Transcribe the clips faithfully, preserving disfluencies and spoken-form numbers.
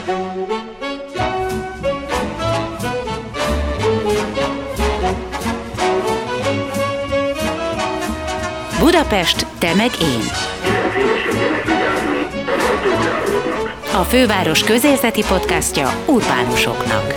Budapest, te meg én. A főváros közérzeti podcastja urbánusoknak.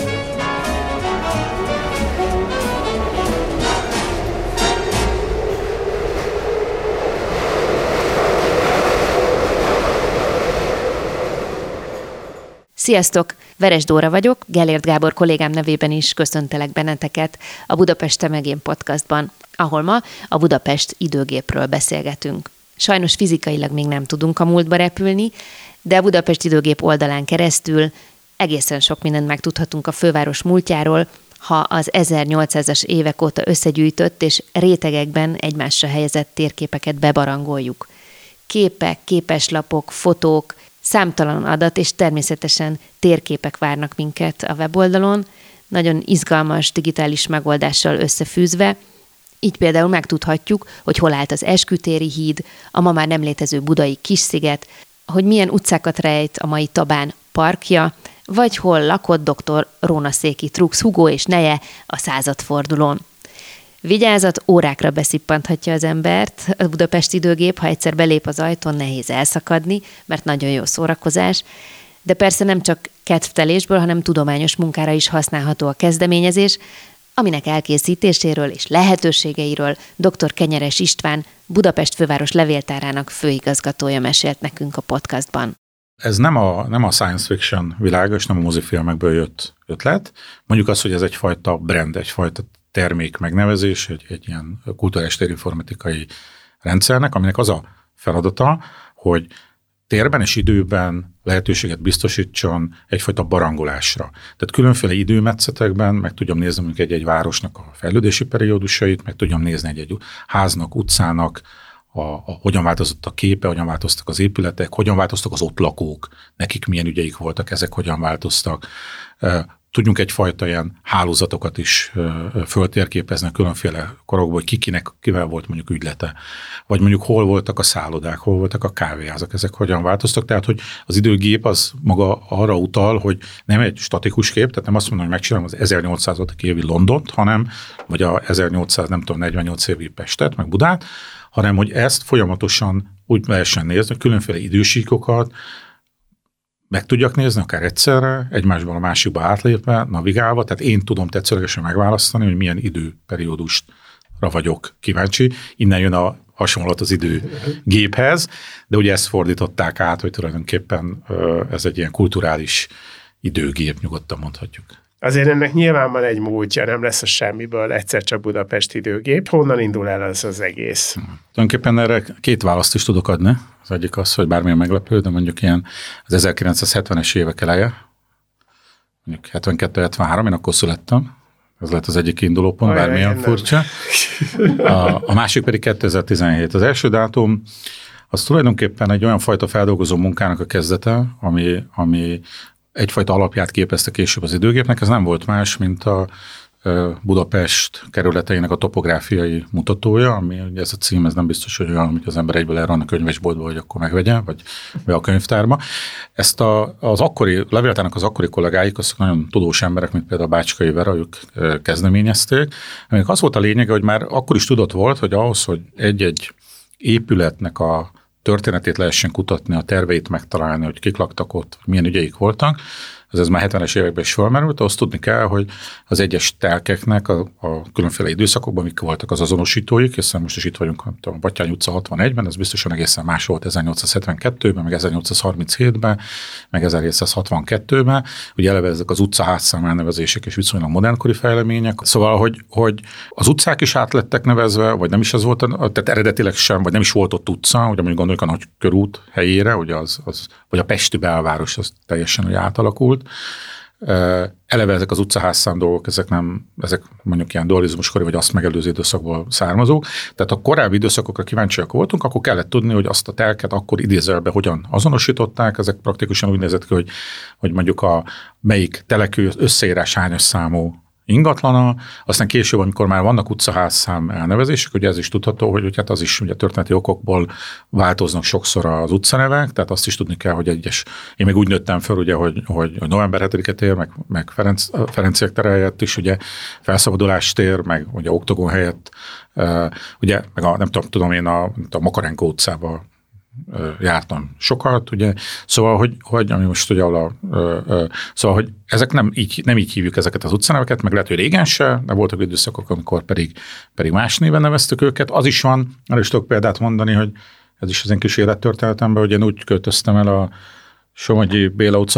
Sziasztok! Veres Dóra vagyok, Gellért Gábor kollégám nevében is köszöntelek benneteket a Budapest, te meg én podcastban, ahol ma a Budapest időgépről beszélgetünk. Sajnos fizikailag még nem tudunk a múltba repülni, de a Budapest időgép oldalán keresztül egészen sok mindent megtudhatunk a főváros múltjáról, ha az ezernyolcszázas évek óta összegyűjtött és rétegekben egymásra helyezett térképeket bebarangoljuk. Képek, képeslapok, fotók, számtalan adat és természetesen térképek várnak minket a weboldalon, nagyon izgalmas digitális megoldással összefűzve. Így például megtudhatjuk, hogy hol állt az Eskütéri híd, a ma már nem létező budai Kissziget, hogy milyen utcákat rejt a mai Tabán parkja, vagy hol lakott doktor Rónaszéki Trux Hugo és neje a századfordulón. Vigyázat, órákra beszippanthatja az embert a Budapest időgép, ha egyszer belép az ajtón, nehéz elszakadni, mert nagyon jó szórakozás, de persze nem csak kedvtelésből, hanem tudományos munkára is használható a kezdeményezés, aminek elkészítéséről és lehetőségeiről dr. Kenyeres István, Budapest főváros levéltárának főigazgatója mesélt nekünk a podcastban. Ez nem a, nem a science fiction világa, és nem a mozifilmekből jött ötlet. Mondjuk az, hogy ez egyfajta brand, egyfajta termék megnevezés, egy, egy ilyen kulturális térinformatikai rendszernek, aminek az a feladata, hogy térben és időben lehetőséget biztosítson egyfajta barangolásra. Tehát különféle időmetszetekben meg tudjam nézni mondjuk egy-egy városnak a fejlődési periódusait, meg tudjam nézni egy-egy háznak, utcának, a, a, hogyan változott a képe, hogyan változtak az épületek, hogyan változtak az ott lakók, nekik milyen ügyeik voltak, ezek hogyan változtak. Tudjunk egyfajta ilyen hálózatokat is föltérképezni a különféle korokból, hogy kikinek, kivel volt mondjuk ügylete, vagy mondjuk hol voltak a szállodák, hol voltak a kávéházak, ezek hogyan változtak. Tehát, hogy az időgép az maga arra utal, hogy nem egy statikus kép, tehát nem azt mondom, hogy megcsinálom az ezernyolcszáz évi Londont, hanem, vagy a ezernyolcszáznegyvennyolc évi Pestet, meg Budát, hanem hogy ezt folyamatosan úgy lehessen nézni, hogy különféle idősíkokat meg tudjak nézni, akár egyszerre, egymásban a másikba átlépve, navigálva, tehát én tudom tetszőlegesen megválasztani, hogy milyen időperiódusra vagyok kíváncsi. Innen jön a hasonlat az időgéphez, de ugye ezt fordították át, hogy tulajdonképpen ez egy ilyen kulturális időgép, nyugodtan mondhatjuk. Azért ennek nyilván van egy múltja, nem lesz a semmiből egyszer csak Budapest időgép. Honnan indul el az az egész? Hmm. Tulajdonképpen erre két választ is tudok adni. Az egyik az, hogy bármilyen meglepő, de mondjuk ilyen az ezerkilencszázhetvenes évek eleje, mondjuk hetvenkettő hetvenhárom, én akkor születtem. Ez lett az egyik indulópont, Ajaj, bármilyen furcsa. A, a másik pedig kétezer-tizenhét. Az első dátum az tulajdonképpen egy olyan fajta feldolgozó munkának a kezdete, ami, ami egyfajta alapját képezte később az időgépnek, ez nem volt más, mint a Budapest kerületeinek a topográfiai mutatója, ami ugye ez a cím, ez nem biztos, hogy olyan, hogy az ember egyből elran a könyvesboltba, hogy akkor megvegye, vagy, vagy a könyvtárba. Ezt a, az akkori, levéltárnak az akkori kollégáik, azok nagyon tudós emberek, mint például Bácskai Vera, ők kezdeményezték. Aminek az volt a lényege, hogy már akkor is tudott volt, hogy ahhoz, hogy egy-egy épületnek a történetét lehessen kutatni, a terveit megtalálni, hogy kik laktak ott, milyen ügyeik voltak, ez, ez már hetvenes években is felmerült, ahhoz tudni kell, hogy az egyes telkeknek a, a különféle időszakokban mik voltak az azonosítóik, hiszen most is itt vagyunk a Batthyány utca hatvanegyben, ez biztosan egészen más volt ezernyolcszázhetvenkettőben, meg ezernyolcszázharminchétben, meg ezernyolcszázhatvankettőben, ugye eleve ezek az utcaházszám elnevezések és viszonylag modernkori fejlemények. Szóval, hogy, hogy az utcák is át lettek nevezve, vagy nem is az volt, tehát eredetileg sem, vagy nem is volt ott utca, ugye mondjuk gondoljuk a nagy körút helyére, ugye az, az, vagy a pesti belváros, az teljesen ugye átalakult. Eleve ezek az utcaházszám dolgok, ezek nem, ezek mondjuk ilyen dualizmuskori, vagy azt megelőző időszakból származók. Tehát a korábbi időszakokra kíváncsiak voltunk, akkor kellett tudni, hogy azt a telket akkor idézőjelbe hogyan azonosították. Ezek praktikusan úgy nézett ki, hogy, hogy mondjuk a melyik telekő összeírás hányas számú ingatlana, aztán később, amikor már vannak utcaházszám elnevezések, ugye ez is tudható, hogy, hogy hát az is ugye történeti okokból változnak sokszor az utcanevek, tehát azt is tudni kell, hogy egyes, én még úgy nőttem föl, ugye, hogy, hogy, hogy november hetedike tér, meg, meg Ferenc, Ferenciek tere helyett is, ugye Felszabadulás tér, meg ugye Oktogon helyett, uh, ugye, meg a, nem tudom, tudom én a, a Makarenko utcába jártam sokat, ugye, szóval, hogy, hogy ami most ugye a, ö, ö, szóval, hogy ezek nem így, nem így hívjuk ezeket az utcaneveket, meg lehet, hogy régen se, de voltak időszakok, amikor pedig, pedig más néven neveztük őket. Az is van, arra is tudok példát mondani, hogy ez is az én kis élettörténetemben, hogy én úgy költöztem el a Somogyi Béla utca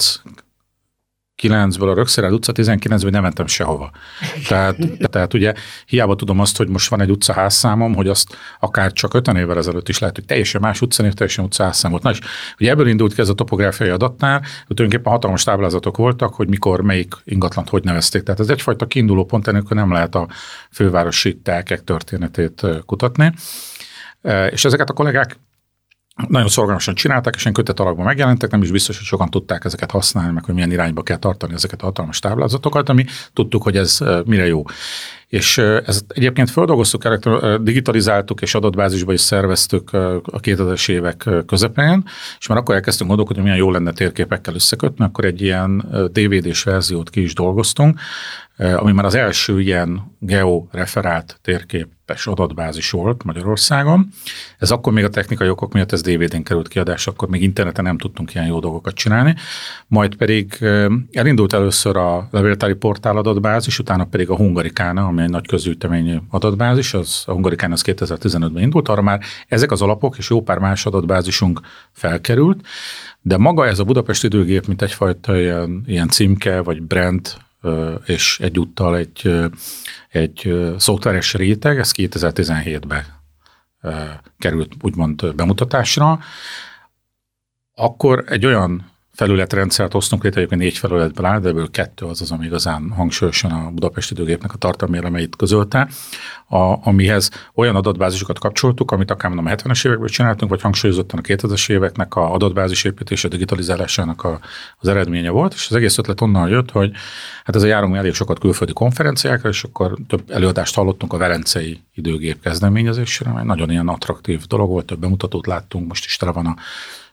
harminckilencből a Rögszerád utca tizenkilencből, nem mentem sehova. Tehát, tehát ugye hiába tudom azt, hogy most van egy utcaházszámom, hogy azt akár csak ötven évvel ezelőtt is lehet, hogy teljesen más utcanév, teljesen utcaházszám volt. Na és ugye ebből indult ki ez a topográfiai adatnál, hogy tulajdonképpen hatalmas táblázatok voltak, hogy mikor melyik ingatlant hogy nevezték. Tehát ez egyfajta kiinduló pont, enélkül nem lehet a fővárosi telkek történetét kutatni. És ezeket a kollégák nagyon szorgalmasan csinálták, és ilyen kötet alakban megjelentek, nem is biztos, hogy sokan tudták ezeket használni, meg hogy milyen irányba kell tartani ezeket a hatalmas táblázatokat, ami tudtuk, hogy ez mire jó. És ezt egyébként feldolgoztuk, digitalizáltuk, és adatbázisba is szerveztük a kétezres évek közepén, és már akkor elkezdtünk gondolkodni, hogy milyen jó lenne térképekkel összekötni, akkor egy ilyen dé vé dés verziót ki is dolgoztunk, ami már az első ilyen georeferált térképes adatbázis volt Magyarországon. Ez akkor még a technikai okok miatt ez dé vé dén került kiadás, akkor még interneten nem tudtunk ilyen jó dolgokat csinálni. Majd pedig elindult először a levéltári portál adatbázis, utána pedig a Hungarikána, ami egy nagy közgyűjteményű adatbázis, az a Hungarikána az kétezer-tizenötben indult, arra már ezek az alapok és jó pár más adatbázisunk felkerült, de maga ez a Budapest időgép, mint egyfajta ilyen, ilyen címke vagy brand, és egyúttal egy, egy szoftveres réteg, ez kétezer-tizenhétben került úgymond bemutatásra. Akkor egy olyan felületrendszert hoztunk létre, egyébként négy felületből áll, de ebből kettő az az, ami igazán hangsúlyosan a Budapest időgépnek a tartalmi elemeit közölte, a, amihez olyan adatbázisokat kapcsoltuk, amit akár mondom a hetvenes évekből csináltunk, vagy hangsúlyozottan a kétezres éveknek a adatbázis építése, digitalizálásának a, az eredménye volt, és az egész ötlet onnan jött, hogy hát ez a járunk elég sokat külföldi konferenciákra, és akkor több előadást hallottunk a velencei időgép kezdeményezésre, mert nagyon ilyen attraktív dolog volt, több bemutatót láttunk, most is tele van a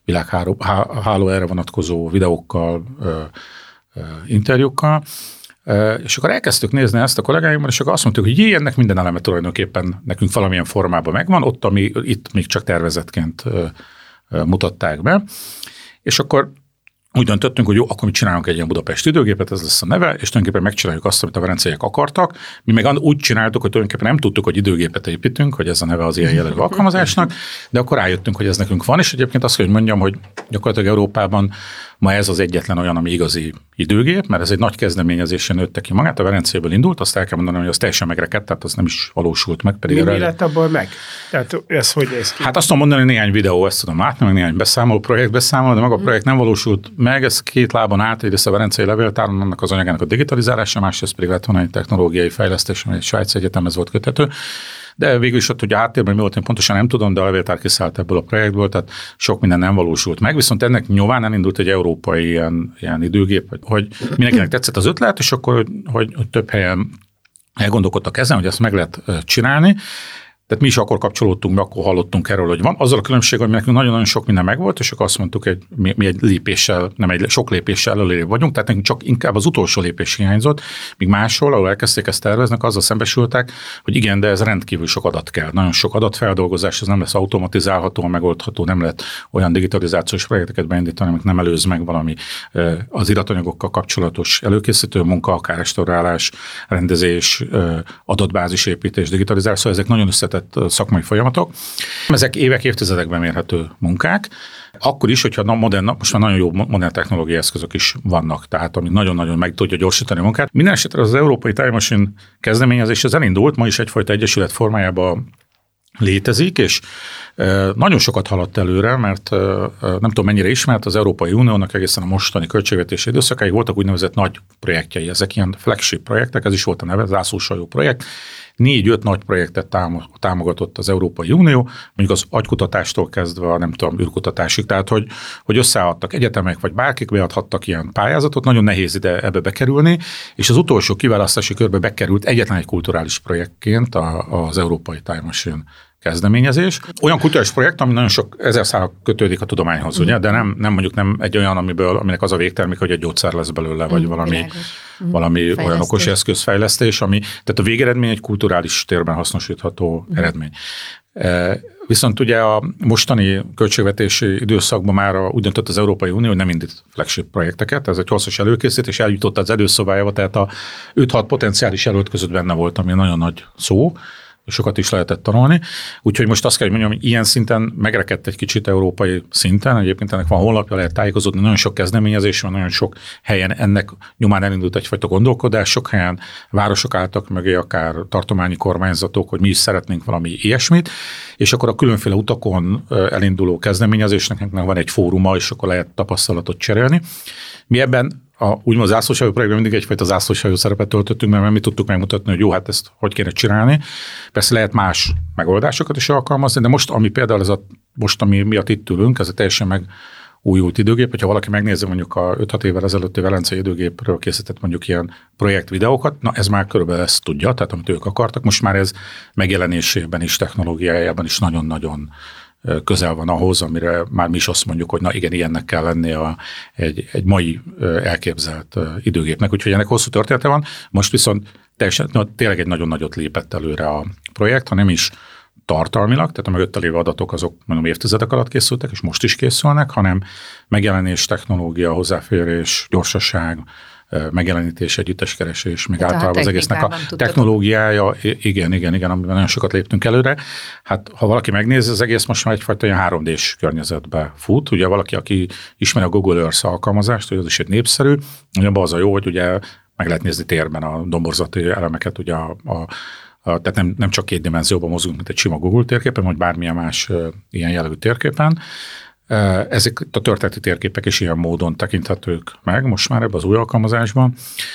világháló erre vonatkozó videókkal, ö, ö, interjúkkal, ö, és akkor elkezdtük nézni ezt a kollégáimmal, és akkor azt mondtuk, hogy jé, ennek minden eleme tulajdonképpen nekünk valamilyen formában megvan, ott, ami itt még csak tervezetként ö, ö, mutatták be, és akkor úgy döntöttünk, hogy jó, akkor mi csinálunk egy ilyen Budapest időgépet, ez lesz a neve, és tulajdonképpen megcsináljuk azt, amit a velenceiek akartak. Mi meg úgy csináltuk, hogy tulajdonképpen nem tudtuk, hogy időgépet építünk, hogy ez a neve az ilyen jellegű alkalmazásnak, de akkor rájöttünk, hogy ez nekünk van, és egyébként azt kell, hogy mondjam, hogy gyakorlatilag Európában ma ez az egyetlen olyan, ami igazi időgép, mert ez egy nagy kezdeményezésen nőtte ki magát, a Velencéből indult, azt el kell mondanom, hogy az teljesen megrekedt, tehát az nem is valósult meg. Pedig mi, mi lett abból meg? Tehát ez hogy néz ki? Hát azt tudom mondani, hogy néhány videó, ezt tudom látni, meg néhány beszámoló, projekt beszámoló, de maga a projekt nem valósult meg, ez két lábon állt, egyrészt a Velencei Levéltáron, annak az anyagának a digitalizálása, másrészt pedig lett volna egy technológiai fejlesztés, ami egy svájci egyetemhez volt köthető. De végül is ott, hogy a háttérben mi volt, én pontosan nem tudom, de a levéltár kiszállt ebből a projektből, tehát sok minden nem valósult meg. Viszont ennek nyomán elindult egy európai ilyen, ilyen időgép, hogy mindenkinek tetszett az ötlet, és akkor, hogy, hogy, hogy több helyen elgondolkodtak ezen, hogy ezt meg lehet csinálni. Tehát mi is akkor kapcsolódtunk be, akkor hallottunk erről, hogy van. Azzal a különbség, hogy nekünk nagyon-nagyon sok minden megvolt, és akkor azt mondtuk, hogy mi, mi egy lépéssel, nem egy sok lépéssel előrébb vagyunk, tehát nekünk csak inkább az utolsó lépés hiányzott, míg máshol, ahol elkezdték ezt terveznek, azzal szembesültek, hogy igen, de ez rendkívül sok adat kell. Nagyon sok adatfeldolgozás, ez nem lesz automatizálható, megoldható, nem lehet olyan digitalizációs projekteket beindítani, amik nem előz meg valami az iratanyagokkal kapcsolatos előkészítő munka, akár restaurálás, rendezés, adatbázisépítés, digitalizálás, szóval ezek nagyon összetett szakmai folyamatok. Ezek évek, évtizedekben mérhető munkák. Akkor is, hogyha modern, most már nagyon jó modern technológiai eszközök is vannak, tehát ami nagyon-nagyon meg tudja gyorsítani a munkát. Minden esetre az Európai Time Machine kezdeményezés az elindult, ma is egyfajta egyesület formájában létezik, és nagyon sokat haladt előre, mert nem tudom mennyire ismert, az Európai Uniónak egészen a mostani költségvetési időszakáig voltak úgynevezett nagy projektjei, ezek ilyen flagship projektek, ez is volt a neve, zászlóshajó projekt. négy-öt nagy projektet támogatott az Európai Unió, mondjuk az agykutatástól kezdve a nem tudom, űrkutatásig, tehát hogy, hogy összeadtak egyetemek, vagy bárkik beadhattak ilyen pályázatot, nagyon nehéz ide ebbe bekerülni, és az utolsó kiválasztási körbe bekerült egyetlen egy kulturális projektként az Európai Time Machine kezdeményezés. Olyan kulturális projekt, ami nagyon sok ezer szállal kötődik a tudományhoz, mm. ugye, de nem, nem mondjuk nem egy olyan, amiből, aminek az a végtermék, hogy egy gyógyszer lesz belőle, vagy mm, valami, valami mm. olyan okos eszközfejlesztés, ami, tehát a végeredmény egy kulturális térben hasznosítható mm. eredmény. E, viszont ugye a mostani költségvetési időszakban már úgy döntött az Európai Unió, hogy nem indít flagship projekteket, ez egy hosszas előkészítés, és eljutott az előszobájába, tehát a öt-hat potenciális jelölt között benne volt, ami nagyon nagy szó, sokat is lehetett tanulni. Úgyhogy most azt kell, hogy mondjam, hogy ilyen szinten megrekedt egy kicsit európai szinten. Egyébként ennek van honlapja, lehet tájékozódni, nagyon sok kezdeményezés van, nagyon sok helyen ennek nyomán elindult egyfajta gondolkodás, sok helyen városok álltak mögé, akár tartományi kormányzatok, hogy mi is szeretnénk valami ilyesmit, és akkor a különféle utakon elinduló kezdeményezésnek van egy fóruma, és akkor lehet tapasztalatot cserélni. Mi ebben a úgymond zászlóshajó projektben mindig egyfajta zászlóshajó szerepet töltöttünk, mert mi tudtuk megmutatni, hogy jó, hát ezt hogy kéne csinálni. Persze lehet más megoldásokat is alkalmazni, de most, ami például ez a, most, ami miatt itt ülünk, ez egy teljesen megújult időgép. Hogyha valaki megnézi mondjuk a öt-hat évvel ezelőtti velencei időgépről készített mondjuk ilyen projektvideókat, na ez már körülbelül ezt tudja, tehát amit ők akartak. Most már ez megjelenésében is, technológiájában is nagyon-nagyon közel van ahhoz, amire már mi is azt mondjuk, hogy na igen, ilyennek kell lennie a, egy, egy mai elképzelt időgépnek. Úgyhogy ennek hosszú története van. Most viszont teljesen, na, tényleg egy nagyon nagyot lépett előre a projekt, ha nem is tartalmilag, tehát a mögötte lévő adatok azok mondom évtizedek alatt készültek, és most is készülnek, hanem megjelenés, technológia, hozzáférés, gyorsaság, megjelenítés, együtteskeresés, még hát általában az egésznek a technológiája, igen, igen, igen, amiben nagyon sokat léptünk előre. Hát ha valaki megnézi, az egész most már egyfajta ilyen három dés környezetbe fut. Ugye valaki, aki ismeri a Google Earth alkalmazást, hogy az is egy népszerű, abban az a jó, hogy ugye meg lehet nézni térben a domborzati elemeket, ugye a, a, a tehát nem, nem csak két dimenzióban mozgunk, mint egy sima Google térképen, vagy bármilyen más uh, ilyen jellegű térképen. Ezek a történeti térképek is ilyen módon tekinthetők meg most már ebben az új alkalmazásban.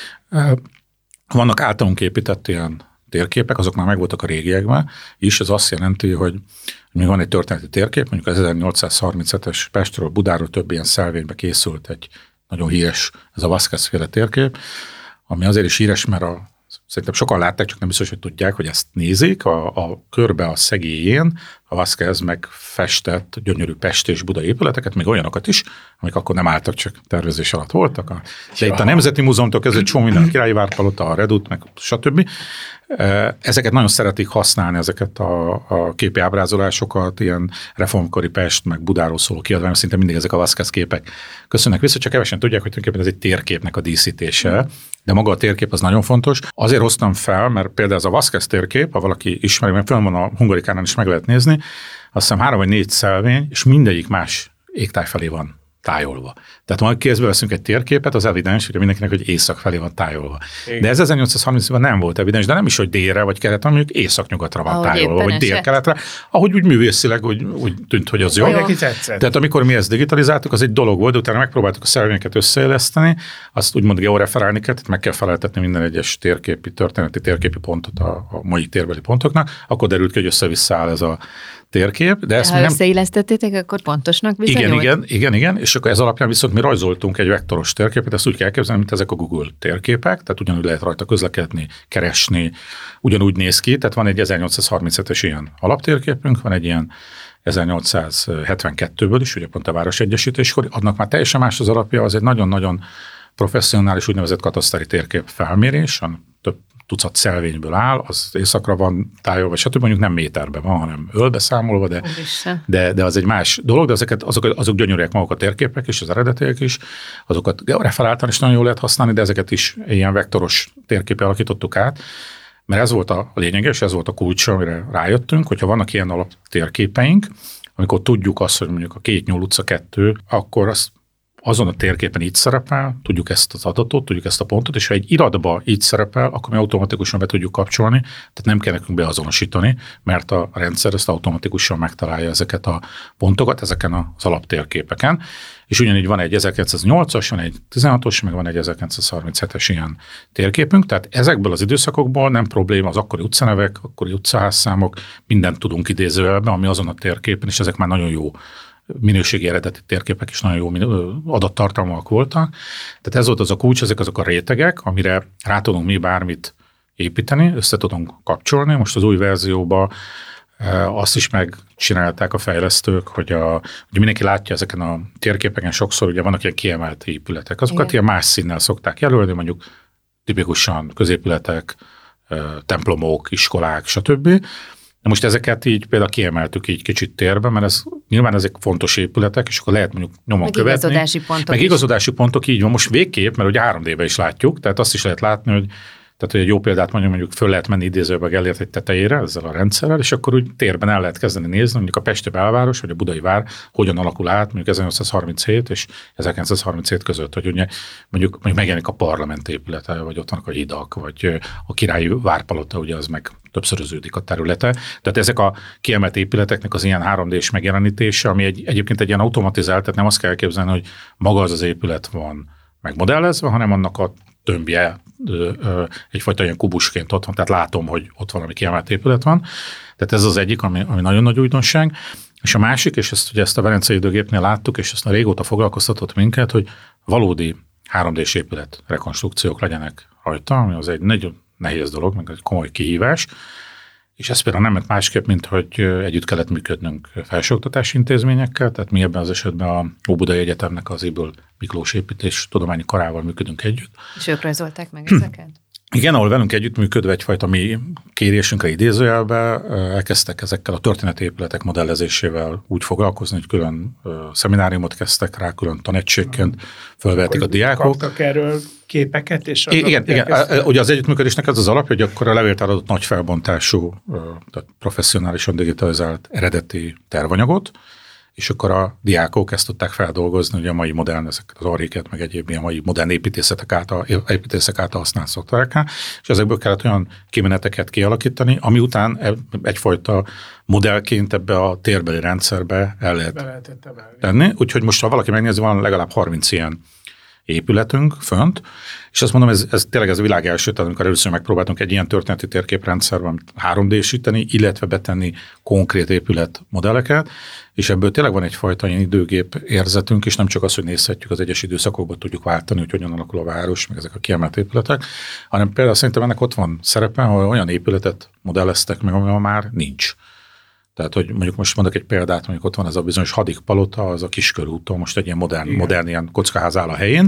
Vannak általunk épített ilyen térképek, azok már megvoltak a régiekben is. Ez azt jelenti, hogy még van egy történeti térkép, mondjuk az ezernyolcszázharminchetes Pestről, Budáról több ilyen szelvénybe készült egy nagyon híres, ez a Vázquez-féle térkép, ami azért is híres, mert a szerintem sokan látták, csak nem biztos, hogy tudják, hogy ezt nézik. A, a körbe a szegélyén a Vázquez megfestett gyönyörű Pest és Buda épületeket, még olyanokat is, amik akkor nem álltak, csak tervezés alatt voltak. A, de itt a Nemzeti Múzeumtól kezdve csomó minden, a Királyi Várpalota, a Redut, meg stb. Ezeket nagyon szeretik használni, ezeket a, a képi ábrázolásokat, ilyen reformkori Pest, meg Budáról szóló kiadvány, szinte mindig ezek a Vázquez képek köszönnek vissza, csak kevesen tudják, hogy tulajdonképpen ez egy térképnek a díszítése, de maga a térkép az nagyon fontos. Azért hoztam fel, mert például ez a Vázquez térkép, ha valaki ismeri, mert fönn van a Hungarikánál is meg lehet nézni, azt hiszem három vagy négy szelvény, és mindegyik más égtáj felé van tájolva. Tehát ha kézbe veszünk egy térképet, az evidens, hogy mindenkinek, hogy észak felé van tájolva. Igen. De ez ezernyolcszázharmincban nem volt evidens, de nem is, hogy délre vagy keletre, hanem mondjuk észak-nyugatra van ahogy tájolva, vagy dél-keletre, ahogy úgy művészileg úgy, úgy tűnt, hogy az jó. jó. Tehát amikor mi ezt digitalizáltuk, az egy dolog volt, de utána megpróbáltuk a szelvényeket összeéleszteni, azt úgymond georeferálni kell, tehát meg kell feleltetni minden egyes térképi, történeti térképi pontot a, a mai térbeli pontoknak, akkor derült ki, hogy össze-vissza áll ez a térkép. De ezt ha nem... összeillesztettétek, akkor pontosnak bizonyult? Igen, igen, igen, igen, és akkor ez alapján viszont mi rajzoltunk egy vektoros térképet, ezt úgy kell elképzelni, mint ezek a Google térképek, tehát ugyanúgy lehet rajta közlekedni, keresni, ugyanúgy néz ki, tehát van egy ezernyolcszázharminchetes ilyen alaptérképünk, van egy ilyen ezernyolcszázhetvenkettőből is, ugye pont a városegyesítéskor, annak már teljesen más az alapja, az egy nagyon-nagyon professzionális úgynevezett kataszteri térkép felmérés, több tucat szelvényből áll, az északra van tájolva, stb. Mondjuk nem méterben van, hanem ölbe számolva, de, de, de az egy más dolog, de ezeket, azok, azok gyönyörűek maguk a térképek is, az eredetiek is, azokat georeferáltan is nagyon jól lehet használni, de ezeket is ilyen vektoros térképe alakítottuk át, mert ez volt a lényeges, ez volt a kulcs, amire rájöttünk, hogyha vannak ilyen alaptérképeink, amikor tudjuk azt, hogy mondjuk a Két Nyúl utca kettő, akkor azt azon a térképen így szerepel, tudjuk ezt az adatot, tudjuk ezt a pontot, és ha egy iratba így szerepel, akkor mi automatikusan be tudjuk kapcsolni, tehát nem kell nekünk beazonosítani, mert a rendszer ezt automatikusan megtalálja ezeket a pontokat, ezeken az alaptérképeken. És ugyanígy van egy ezerkilencszáznyolcas, van egy tizenhatos, meg van egy ezerkilencszázharminchetes ilyen térképünk, tehát ezekből az időszakokból nem probléma az akkori utcanevek, akkori utcaházszámok, mindent tudunk idézőjelben, ami azon a térképen, és ezek már nagyon jó minőségi eredeti térképek is nagyon jó adattartalmak voltak. Tehát ez volt az a kulcs, ezek azok a rétegek, amire rá tudunk mi bármit építeni, össze tudunk kapcsolni. Most az új verzióban azt is megcsinálták a fejlesztők, hogy, a, hogy mindenki látja ezeken a térképeken sokszor, ugye vannak ilyen kiemelt épületek. Azokat Igen. ilyen más színnel szokták jelölni, mondjuk tipikusan középületek, templomok, iskolák, stb. De most ezeket így például kiemeltük így kicsit térbe, mert ez, nyilván ezek fontos épületek, és akkor lehet mondjuk nyomon meg követni. Meg igazodási pontok Meg is. igazodási pontok, így van. Most végképp, mert ugye három dé-ben is látjuk, tehát azt is lehet látni, hogy Tehát, hogy egy jó példát mondjuk, mondjuk föl lehet menni idézőbe Gellért egy tetejére ezzel a rendszerrel, és akkor úgy térben el lehet kezdeni nézni, mondjuk a pesti belváros, vagy a budai vár hogyan alakul át, mondjuk ezernyolcszázharminchét és ezerkilencszázharminchét között, hogy ugye mondjuk, mondjuk megjelenik a parlament épülete, vagy ott vannak a hidak, vagy a királyi várpalota, ugye az meg többszöröződik a területe. Tehát ezek a kiemelt épületeknek az ilyen három dés megjelenítése, ami egy, egyébként egy ilyen automatizált, tehát nem azt kell elképzelni, hogy maga az az épület van megmodellezve, hanem annak a tömbje ö, ö, egyfajta ilyen kubusként ott van, tehát látom, hogy ott valami kiemelt épület van. Tehát ez az egyik, ami, ami nagyon nagy újdonság. És a másik, és ezt ugye ezt a Velencei időgépnél láttuk, és ezt a régóta foglalkoztatott minket, hogy valódi három dés épület rekonstrukciók legyenek rajta, ami az egy nagyon nehéz dolog, meg egy komoly kihívás. És ez például nem ment másképp, mint hogy együtt kellett működnünk felsőoktatási intézményekkel, tehát mi ebben az esetben a Óbudai Egyetemnek az Ybl Miklós építés tudományi karával működünk együtt. És ők rajzolták meg ezeket? Igen, ahol velünk együttműködve egyfajta mi kérésünkre idézőjelbe elkezdtek ezekkel a történeti épületek modellezésével úgy foglalkozni, hogy külön szemináriumot kezdtek rá, külön tanegységként fölvehetik a diákok. Kaptak erről képeket? És igen, igen. Ugye az együttműködésnek az az alapja, hogy akkor a levéltár adott nagy felbontású, tehát professzionálisan digitalizált eredeti tervanyagot, és akkor a diákok ezt tudták feldolgozni, hogy a mai modern, ezeket az arréket, meg egyéb ilyen mai modern építészetek által, építészek által használt szoftverekkel, és ezekből kellett olyan kimeneteket kialakítani, ami után egyfajta modellként ebbe a térbeli rendszerbe el lehet tenni. Úgyhogy most, ha valaki megnézi, van legalább harminc ilyen épületünk fönt, és azt mondom, ez, ez tényleg ez a világ első, tehát amikor először megpróbáltunk egy ilyen történeti térképrendszerben három dé-síteni, illetve betenni konkrét épületmodelleket, és ebből tényleg van egyfajta ilyen időgép érzetünk, és nem csak az, hogy nézhetjük az egyes időszakokban, tudjuk váltani, hogy hogyan alakul a város, meg ezek a kiemelt épületek, hanem például szerintem ennek ott van szerepe, hogy olyan épületet modelleztek meg, ami már nincs. Tehát, hogy mondjuk most mondok egy példát, mondjuk ott van ez a bizonyos Hadik palota, az a Kiskörúton, most egy ilyen modern, modern ilyen kockaház áll a helyén,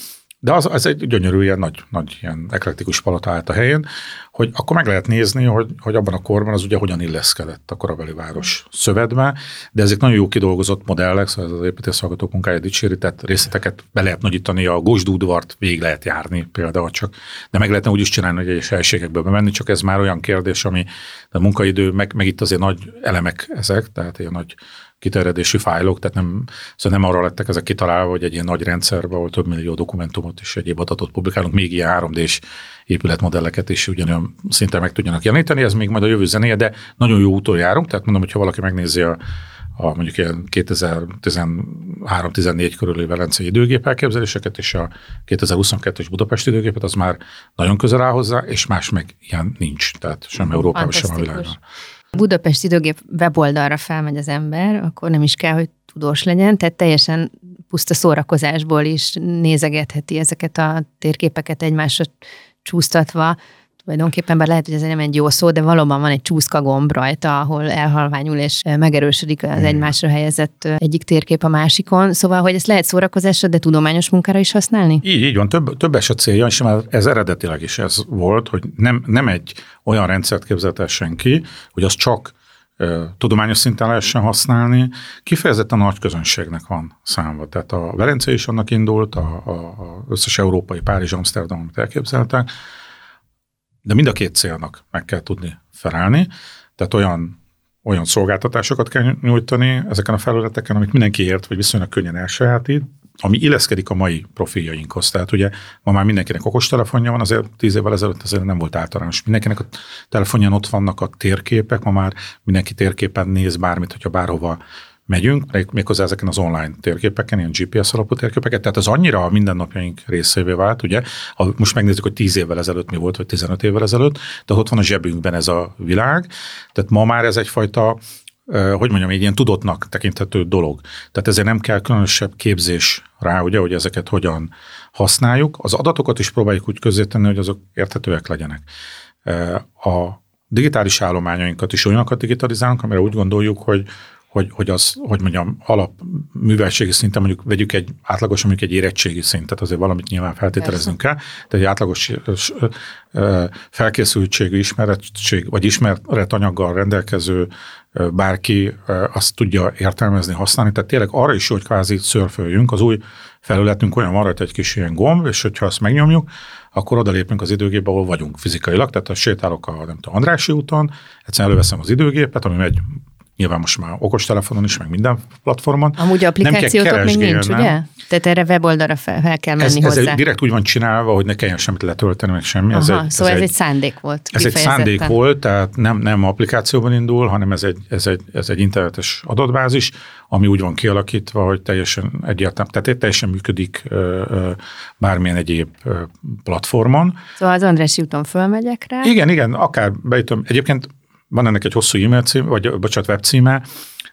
de az, az egy gyönyörű, ilyen nagy, nagy ilyen eklektikus palota állt a helyén, hogy akkor meg lehet nézni, hogy, hogy abban a korban az ugye hogyan illeszkedett a korabeli város szövetbe, de ezek nagyon jó kidolgozott modellek, szóval ez az építészhallgatók munkája dicséri, tehát részleteket be lehet nagyítani, a Gosdúdvart végig lehet járni például csak, de meg lehetne úgy is csinálni, hogy egyes helységekbe bemenni, csak ez már olyan kérdés, ami a munkaidő, meg, meg itt azért nagy elemek ezek, tehát ilyen nagy kiterjedésű fájlok, tehát nem, szóval nem arra lettek ezek kitalálva, hogy egy ilyen nagy rendszerben, ahol több millió dokumentumot és egyéb adatot publikálunk, még ilyen három dés épületmodelleket is ugyanolyan szinten meg tudjanak jeleníteni, ez még majd a jövő zenéje, de nagyon jó úton járunk, tehát mondom, hogy ha valaki megnézi a, a mondjuk ilyen kétezer-tizenhárom tizennégy körüli velencei időgép elképzeléseket, és a kétezer-huszonkettős Budapesti időgépet, az már nagyon közel áll hozzá, és más meg ilyen nincs, tehát sem Európában, sem a világon. Budapest időgép weboldalra felmegy az ember, akkor nem is kell, hogy tudós legyen, tehát teljesen puszta szórakozásból is nézegetheti ezeket a térképeket egymásra csúsztatva. Tulajdonképpen bár lehet, hogy ez nem egy jó szó, de valóban van egy csúszka gomb rajta, ahol elhalványul és megerősödik az egymásra helyezett egyik térkép a másikon. Szóval, hogy ezt lehet szórakozásra, de tudományos munkára is használni? Így, így van, több, több eset célja, és már ez eredetileg is ez volt, hogy nem, nem egy olyan rendszert képzelt senki, hogy az csak uh, tudományos szinten lehessen használni, kifejezetten a nagy közönségnek van számva. Tehát a Velence is annak indult, a, a, a összes európai, Párizs, Amsterdam, amit elképzeltek, de mind a két célnak meg kell tudni felelni, tehát olyan, olyan szolgáltatásokat kell nyújtani ezeken a felületeken, amit mindenki ért, vagy viszonylag könnyen elsajátít, ami illeszkedik a mai profiljainkhoz. Tehát ugye ma már mindenkinek okostelefonja van, azért tíz évvel ezelőtt azért nem volt általános. Mindenkinek a telefonján ott vannak a térképek, ma már mindenki térképen néz bármit, hogyha bárhova megyünk, méghozzá ezeken az online térképeken, ilyen gé pé es alapú térképeket, tehát az annyira a mindennapjaink részévé vált, ugye, ha most megnézzük, hogy tíz évvel ezelőtt mi volt, vagy tizenöt évvel ezelőtt, de ott van a zsebünkben ez a világ, tehát ma már ez egyfajta, hogy mondjam, egy ilyen tudottnak tekinthető dolog. Tehát ezért nem kell különösebb képzés rá, ugye, hogy ezeket hogyan használjuk. Az adatokat is próbáljuk úgy közzétenni, hogy azok érthetőek legyenek. A digitális állományainkat is olyanokat digitalizálunk, amire úgy gondoljuk, hogy hogy, hogy az, hogy mondjam, alapműveltségi szinten mondjuk vegyük egy átlagosan mondjuk egy érettségi szintet, azért valamit nyilván feltételeznünk kell, de egy átlagos felkészültségű ismerettség, vagy ismeretanyaggal rendelkező bárki azt tudja értelmezni, használni, tehát tényleg arra is, hogy kvázi szörföljünk, az új felületünk olyan van rajta egy kis ilyen gomb, és hogyha azt megnyomjuk, akkor odalépünk az időgépbe, ahol vagyunk fizikailag, tehát ha sétálok a nem tudom, Andrássy úton, egyszerűen előveszem az időgépet, ami megy nyilván most már okostelefonon is, meg minden platformon. Amúgy applikációtok még nincs, nem? Ugye? Tehát erre weboldalra fel, fel kell menni ez, hozzá. Ez direkt úgy van csinálva, hogy ne kelljen semmit letölteni, meg semmi. Aha, ez egy, szóval ez, ez egy, egy szándék volt. Ez egy szándék volt, tehát nem, nem applikációban indul, hanem ez egy, ez, egy, ez egy internetes adatbázis, ami úgy van kialakítva, hogy teljesen egyáltalán, tehát teljesen működik bármilyen egyéb platformon. Szóval az Andrássy úton fölmegyek rá? Igen, igen, akár beütöm. Egyébként van ennek egy hosszú e-mail cím, vagy bocsánat, webcíme,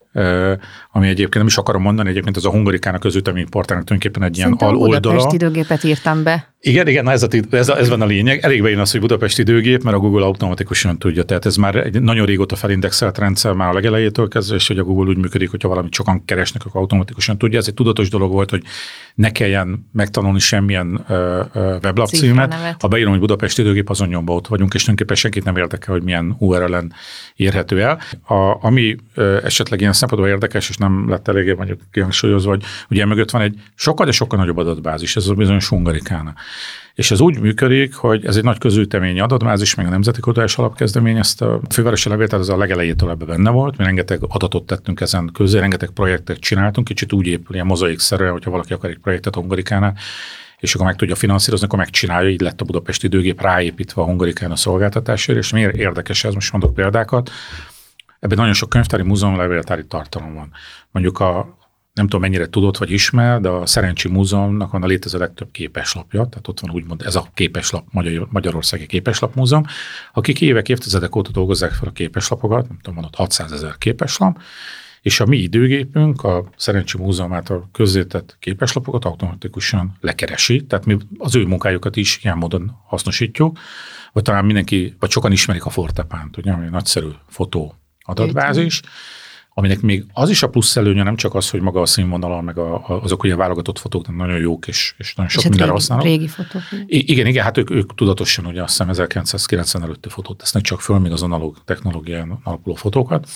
ami egyébként nem is akarom mondani, egyébként az a Hungarikának az üteményportálnak tulajdonképpen egy ilyen aloldala. Budapest időgépet írtam be. Igen, igen, na ez, a, ez, a, ez van a lényeg. Elég bejön az, hogy Budapest időgép, mert a Google automatikusan tudja. Tehát ez már egy nagyon régóta felindexelt rendszer, már a legelejétől kezdve, és hogy a Google úgy működik, hogyha valamit sokan keresnek, akkor automatikusan tudja. Ez egy tudatos dolog volt, hogy ne kelljen megtanulni semmilyen uh, uh, weblap címet. Ha beírom, hogy Budapest időgép, azon nyomba ott vagyunk, és tulajdonképpen senkit nem érdekel, hogy milyen u er el-en érhető el. A, ami uh, esetleg ilyen szempontból érdekes, és nem lett eléggé mondjuk kihangsúlyozva, hogy ugye mögött van egy sokkal, de sokkal nagyobb adatbázis, ez a bizonyos Hungarikána. És ez úgy működik, hogy ez egy nagy közülteményi adatbázis, meg a Nemzeti Kutatási Alapkezdeménye, ezt a fővárosi levéltár az a legelejétől ebbe benne volt, mi rengeteg adatot tettünk ezen közé, rengeteg projektet csináltunk, kicsit úgy épül, ilyen mozaikszerűen, hogyha valaki akar egy projektet a Hungarikánál, és akkor meg tudja finanszírozni, akkor megcsinálja, így lett a Budapesti időgép ráépítve a Hungarikána szolgáltatásért, és miért érdekes ez, most mondok példákat, ebben nagyon sok könyvtári, múzeum, levéltári tartalom van. Mondjuk a nem tudom, mennyire tudod vagy ismer, de a Szerencsi Múzeumnak van a létező legtöbb képeslapja, tehát ott van úgymond ez a képeslap, Magyar, Magyarországi Képeslap Múzeum, akik évek, évtizedek óta dolgozzák fel a képeslapokat, nem tudom, van ott hatszázezer képeslap, és a mi időgépünk a Szerencsi Múzeum által közzétett képeslapokat automatikusan lekeresi, tehát mi az ő munkájukat is ilyen módon hasznosítjuk, vagy talán mindenki, vagy sokan ismerik a Fortepánt, ugye, ami nagyszerű fotó adatbázis, aminek még az is a plusz előnye, nem csak az, hogy maga a színvonala, meg a, azok ugye válogatott fotók nagyon jók, és, és nagyon sok mindenre használnak. Régi fotók. I- igen, igen, hát ők, ők tudatosan ugye azt hiszem ezerkilencszázkilencven előtti fotót tesznek csak föl, még az analóg technológián alapuló fotókat.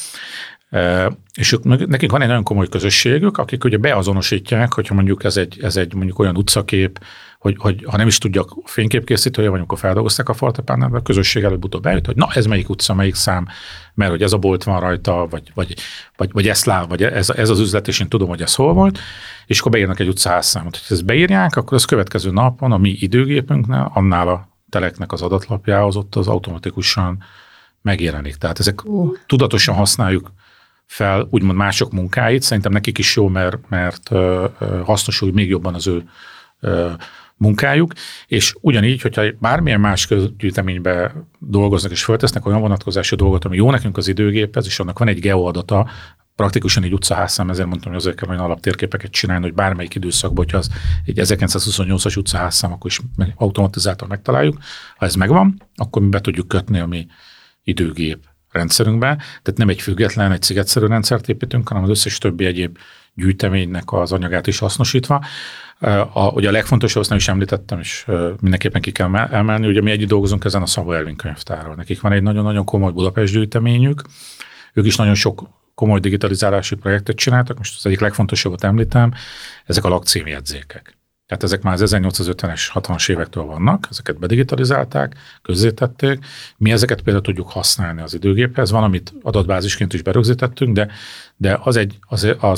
E, és ők, nekik van egy nagyon komoly közösségük, akik ugye beazonosítják, hogyha mondjuk ez egy, ez egy mondjuk olyan utcakép, hogy, hogy ha nem is tudjak fényképkészítője, vagy amikor feldolgozták a Fortepánnál, de a közösség előbb-utóbb bejött, hogy na ez melyik utca, melyik szám, mert hogy ez a bolt van rajta, vagy, vagy, vagy, vagy ezt lá, vagy ez, ez az üzlet, és én tudom, hogy ez hol volt, és akkor beírnak egy utcaházszámot. Ha ezt beírják, akkor az következő napon a mi időgépünknél, annál a teleknek az adatlapjához ott az automatikusan megjelenik. Tehát ezek uh. tudatosan használjuk fel úgymond mások munkáit, szerintem nekik is jó, mert, mert uh, hasznosul még jobban az ő uh, munkájuk, és ugyanígy, hogyha bármilyen más közgyűjteménybe dolgoznak és föltesznek olyan vonatkozású dolgot, ami jó nekünk az időgéphez, és annak van egy geoadata, praktikusan egy utcaházszám, ezért mondtam, hogy azért kell olyan alaptérképeket csinálni, hogy bármelyik időszakban, hogyha az egy ezerkilencszázhuszonnyolcas utcaházszám, akkor is automatizáltan megtaláljuk. Ha ez megvan, akkor mi be tudjuk kötni a mi időgép rendszerünkbe, tehát nem egy független, egy szigetszerű rendszert építünk, hanem az összes többi egyéb gyűjteménynek az anyagát is hasznosítva. A, ugye a legfontosabb, azt nem is említettem, és mindenképpen ki kell emelni, ugye mi együtt dolgozunk ezen a Szabó Ervin könyvtárral. Nekik van egy nagyon-nagyon komoly Budapest gyűjteményük, ők is nagyon sok komoly digitalizálási projektet csináltak, most az egyik legfontosabbat említem, ezek a lakcímjegyzékek. Tehát ezek már az ezernyolcszázötvenes, hatvanas évektől vannak, ezeket bedigitalizálták, közzétették. Mi ezeket például tudjuk használni az időgéphez. Van, amit adatbázisként is berögzítettünk, de, de az, egy, az, az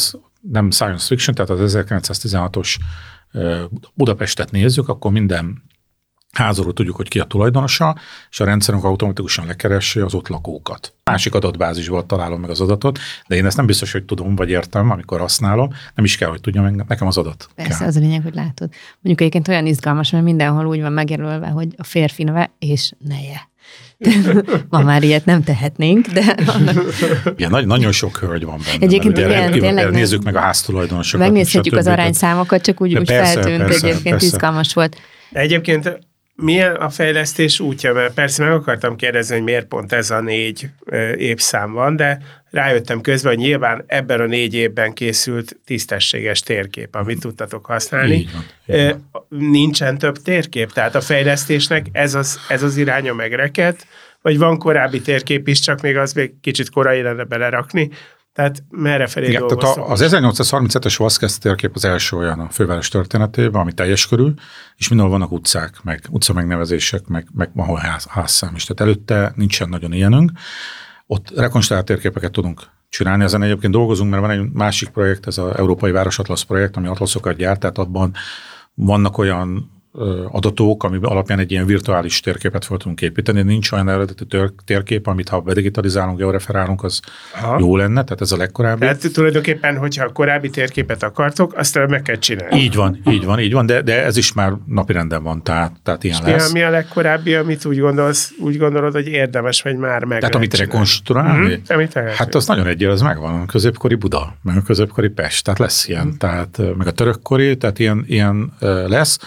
nem science fiction, tehát az ezerkilencszáztizenhatos Budapestet nézzük, akkor minden házról tudjuk, hogy ki a tulajdonosa, és a rendszerünk automatikusan lekeresi az ott lakókat. Másik adatbázisból találom meg az adatot, de én ezt nem biztos, hogy tudom, vagy értem, amikor használom, nem is kell, hogy tudjam, nekem az adat. Persze, kell. Az a lényeg, hogy látod. Mondjuk egyébként olyan izgalmas, mert mindenhol úgy van megjelölve, hogy a férfi neve és neje. Ma már ilyet nem tehetnénk, de... Annak... Igen, nagy, nagyon sok hölgy van benne. Egyébként igen, tényleg nézzük meg a háztulajdonosokat. Megnézhetjük az arányszámokat, csak úgy, úgy persze, feltűnt, persze, egyébként persze. izgalmas volt. Egyébként milyen a fejlesztés útja? Mert persze meg akartam kérdezni, hogy miért pont ez a négy évszám van, de rájöttem közben, hogy nyilván ebben a négy évben készült tisztességes térkép, amit tudtatok használni. Így van, így van. Nincsen több térkép? Tehát a fejlesztésnek ez az, ez az iránya megrekedt, vagy van korábbi térkép is, csak még az még kicsit korai lenne belerakni? Tehát merre felé Igen, dolgoztok? tehát az ezernyolcszázharminchetes Vázquez térkép az első olyan a főváros történetében, ami teljes körül, és mindenhol vannak utcák, meg utca megnevezések, meg, meg ahol ház, házszám is. Tehát előtte nincsen nagyon ilyenünk. Ott rekonstruált térképeket tudunk csinálni. Ezen egyébként dolgozunk, mert van egy másik projekt, ez az Európai Városatlasz projekt, ami atlaszokat gyárt, tehát abban vannak olyan adatok, ami alapján egy ilyen virtuális térképet fel tudunk építeni. Nincs olyan eredeti térkép, amit ha bedigitalizálunk, georeferálunk, az Aha. jó lenne, tehát ez a legkorábbi. Tehát tulajdonképpen, hogyha a korábbi térképet akartok, azt meg kell csinálni. Így van, így van, így van, de, de ez is már napirenden van, tehát, tehát ilyen és lesz. Mi a, mi a legkorábbi, amit úgy gondolsz, úgy gondolod, hogy érdemes, vagy már meg Tehát amit rekonstruálni? Mm-hmm. Amit hát az nagyon egyél, az megvan. A középkori Buda, meg a középkori Pest, tehát lesz ilyen, mm. tehát meg a törökkori, tehát ilyen, ilyen lesz.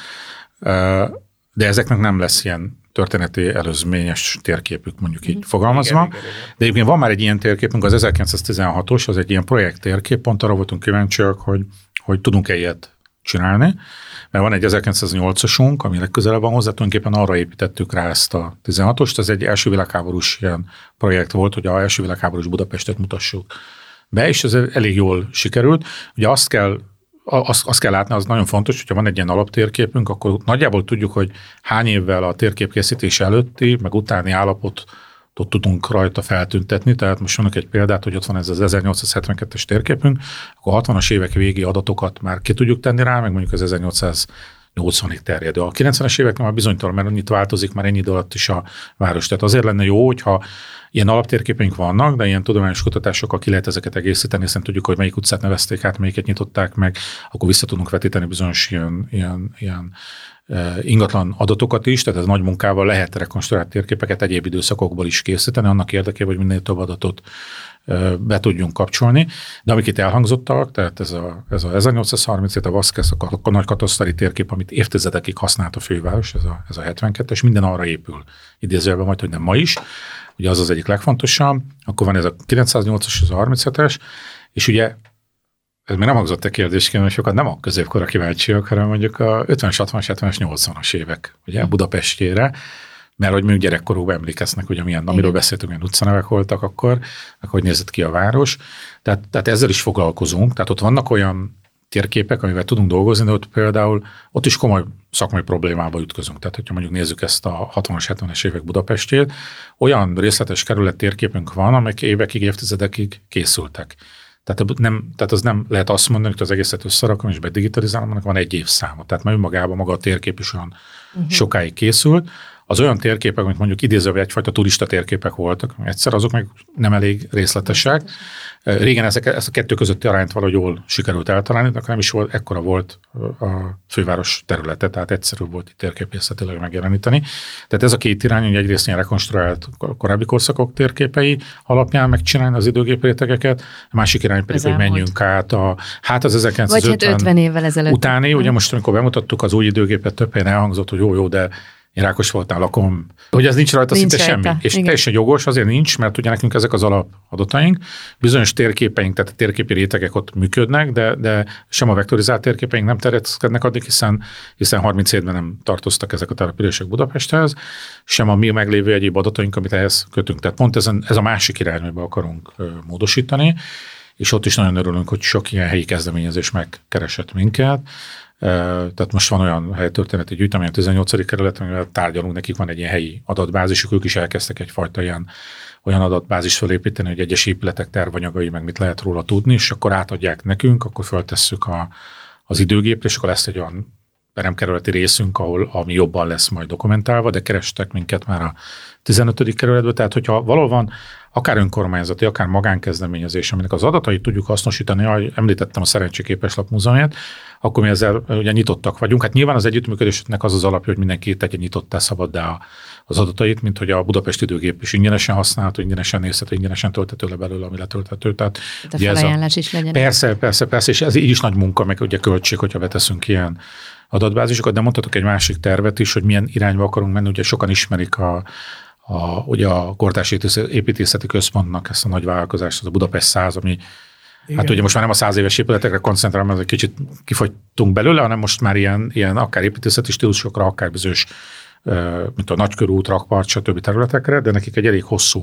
De ezeknek nem lesz ilyen történeti előzményes térképük, mondjuk így fogalmazva. Igen, igen, igen. De egyébként van már egy ilyen térképünk, az ezerkilencszáztizenhatos, az egy ilyen projekt térkép, pont arra voltunk kíváncsiak, hogy, hogy tudunk-e ilyet csinálni, mert van egy ezerkilencszáznyolcasunk, ami legközelebb van hozzá, tulajdonképpen arra építettük rá ezt a tizenhatost, ez egy első világháborús ilyen projekt volt, hogy a első világháborús Budapestet mutassuk be, és ez elég jól sikerült. Ugye azt kell Azt, azt kell látni, az nagyon fontos, hogyha van egy ilyen alaptérképünk, akkor nagyjából tudjuk, hogy hány évvel a térképkészítés előtti, meg utáni állapotot tudunk rajta feltüntetni. Tehát most mondok egy példát, hogy ott van ez az ezernyolcszázhetvenkettes térképünk, akkor a hatvanas évek végi adatokat már ki tudjuk tenni rá, meg mondjuk az ezernyolcszáznyolcvanig terjedő. A kilencvenes éveknél már bizonytalan, mert annyit változik már ennyi idő alatt is a város. Tehát azért lenne jó, hogyha ilyen alaptérképeink vannak, de ilyen tudományos kutatásokkal ki lehet ezeket egészíteni, hiszen tudjuk, hogy melyik utcát nevezték át, melyiket nyitották meg, akkor vissza tudunk vetíteni bizonyos ilyen, ilyen, ilyen e, ingatlan adatokat is, tehát ez nagy munkával lehet rekonstruált térképeket egyéb időszakokból is készíteni, annak érdekében, hogy minél több adatot e, be tudjunk kapcsolni. De amik itt elhangzottak, tehát ez a, ez a ezernyolcszázharminc, a Vázquez, a, a nagy kataszteri térkép, amit évtizedekig használt a főváros, ez a, ez a hetvenkettes, minden arra épül. Idézőjelben majd, hogy nem ma is. Ugye az az egyik legfontosabb, akkor van ez a kilencszáznyolcas, ez a harminchetes, és ugye ez még nem hangzott a kérdésként, hogy sokat nem a középkorra kíváncsiak, hanem mondjuk a ötvenes, hatvanas, hetvenes, nyolcvanas évek, ugye Budapestjére, mert hogy még gyerekkorúban emlékeznek, hogy milyen, amiről beszéltünk, milyen utcanevek voltak akkor, meg hogy nézett ki a város. Tehát, tehát ezzel is foglalkozunk, tehát ott vannak olyan térképek, amivel tudunk dolgozni, de ott például ott is komoly szakmai problémába ütközünk. Tehát, hogyha mondjuk nézzük ezt a hatvanas, hetvenes évek Budapestjét, olyan részletes kerület térképünk van, amelyek évekig, évtizedekig készültek. Tehát, nem, tehát az nem lehet azt mondani, hogy az egészet összerakom és bedigitalizálom, annak van egy évszáma. Tehát már önmagában maga a térkép is olyan uh-huh. sokáig készült. Az olyan térképek, amit mondjuk idézővel egyfajta turista térképek voltak, egyszer azok meg nem elég részletesek. Régen ezek, ezt a kettő közötti arányt valahogy jól sikerült eltalálni, de akkor nem is volt, ekkora volt a főváros területe, tehát egyszerű volt itt térképészetileg megjeleníteni. Tehát ez a két irány, hogy egyrészt ilyen rekonstruált korábbi korszakok térképei alapján megcsinálni az időgéprétegeket, a másik irány pedig, hogy menjünk át a, hát az ezerkilencszázötven Vagy hát ötven évvel ezelőtt utáni, ugye most, amikor bemutattuk az új időgépet, több helyen elhangzott, hogy jó, jó, de én Rákos voltál, lakom, hogy ez nincs rajta nincs szinte rajta. Semmi. És igen. Teljesen jogos, azért nincs, mert ugye nekünk ezek az alapadataink, bizonyos térképeink, tehát a térképi rétegek ott működnek, de, de sem a vektorizált térképeink nem terjeszkednek addig, hiszen, hiszen harminc évben nem tartoztak ezek a települések Budapesthez, sem a mi meglévő egyéb adataink, amit ehhez kötünk. Tehát pont ezen, ez a másik irányba akarunk módosítani, és ott is nagyon örülünk, hogy sok ilyen helyi kezdeményezés megkeresett minket. Tehát most van olyan helytörténeti gyűjtemény, a tizennyolcadik kerület, amivel tárgyalunk, nekik van egy ilyen helyi adatbázisuk, ők is elkezdtek egyfajta ilyen olyan adatbázis felépíteni, hogy egyes épületek tervanyagai, meg mit lehet róla tudni, és akkor átadják nekünk, akkor föltesszük a, az időgépre, és akkor lesz egy olyan peremkerületi részünk, ahol ami jobban lesz majd dokumentálva, de kerestek minket már a tizenötödik kerületben, tehát hogyha valahol van akár önkormányzati, akár magánkezdeményezés, aminek az adatait tudjuk hasznosítani, ahogy említettem a Szerencséképes Lap Múzeumát, akkor mi ezzel ugye nyitottak vagyunk. Hát nyilván az együttműködésnek az az alapja, hogy mindenki tegye nyitottá, szabaddá az adatait, mint hogy a Budapest Időgép is ingyenesen használható, ingyenesen nézhető, ingyenesen tölthető le belőle, ami letölthető. Tehát a felajánlás is legyen. Persze, persze, persze, és ez így is nagy munka, meg ugye költség, hogyha beteszünk ilyen adatbázisokat, de mondhatok egy másik tervet is, hogy milyen irányba akarunk menni. Ugye sokan ismerik a A, ugye a Kortárs Építészeti Központnak ezt a nagy vállalkozást, az a Budapest száz, ami igen. Hát ugye most már nem a száz éves épületekre koncentrálunk, mert egy kicsit kifogytunk belőle, hanem most már ilyen, ilyen akár építészeti stílusokra, akár bizonyos, mint a Nagykörút, Rakpart, stb. Területekre, de nekik egy elég hosszú,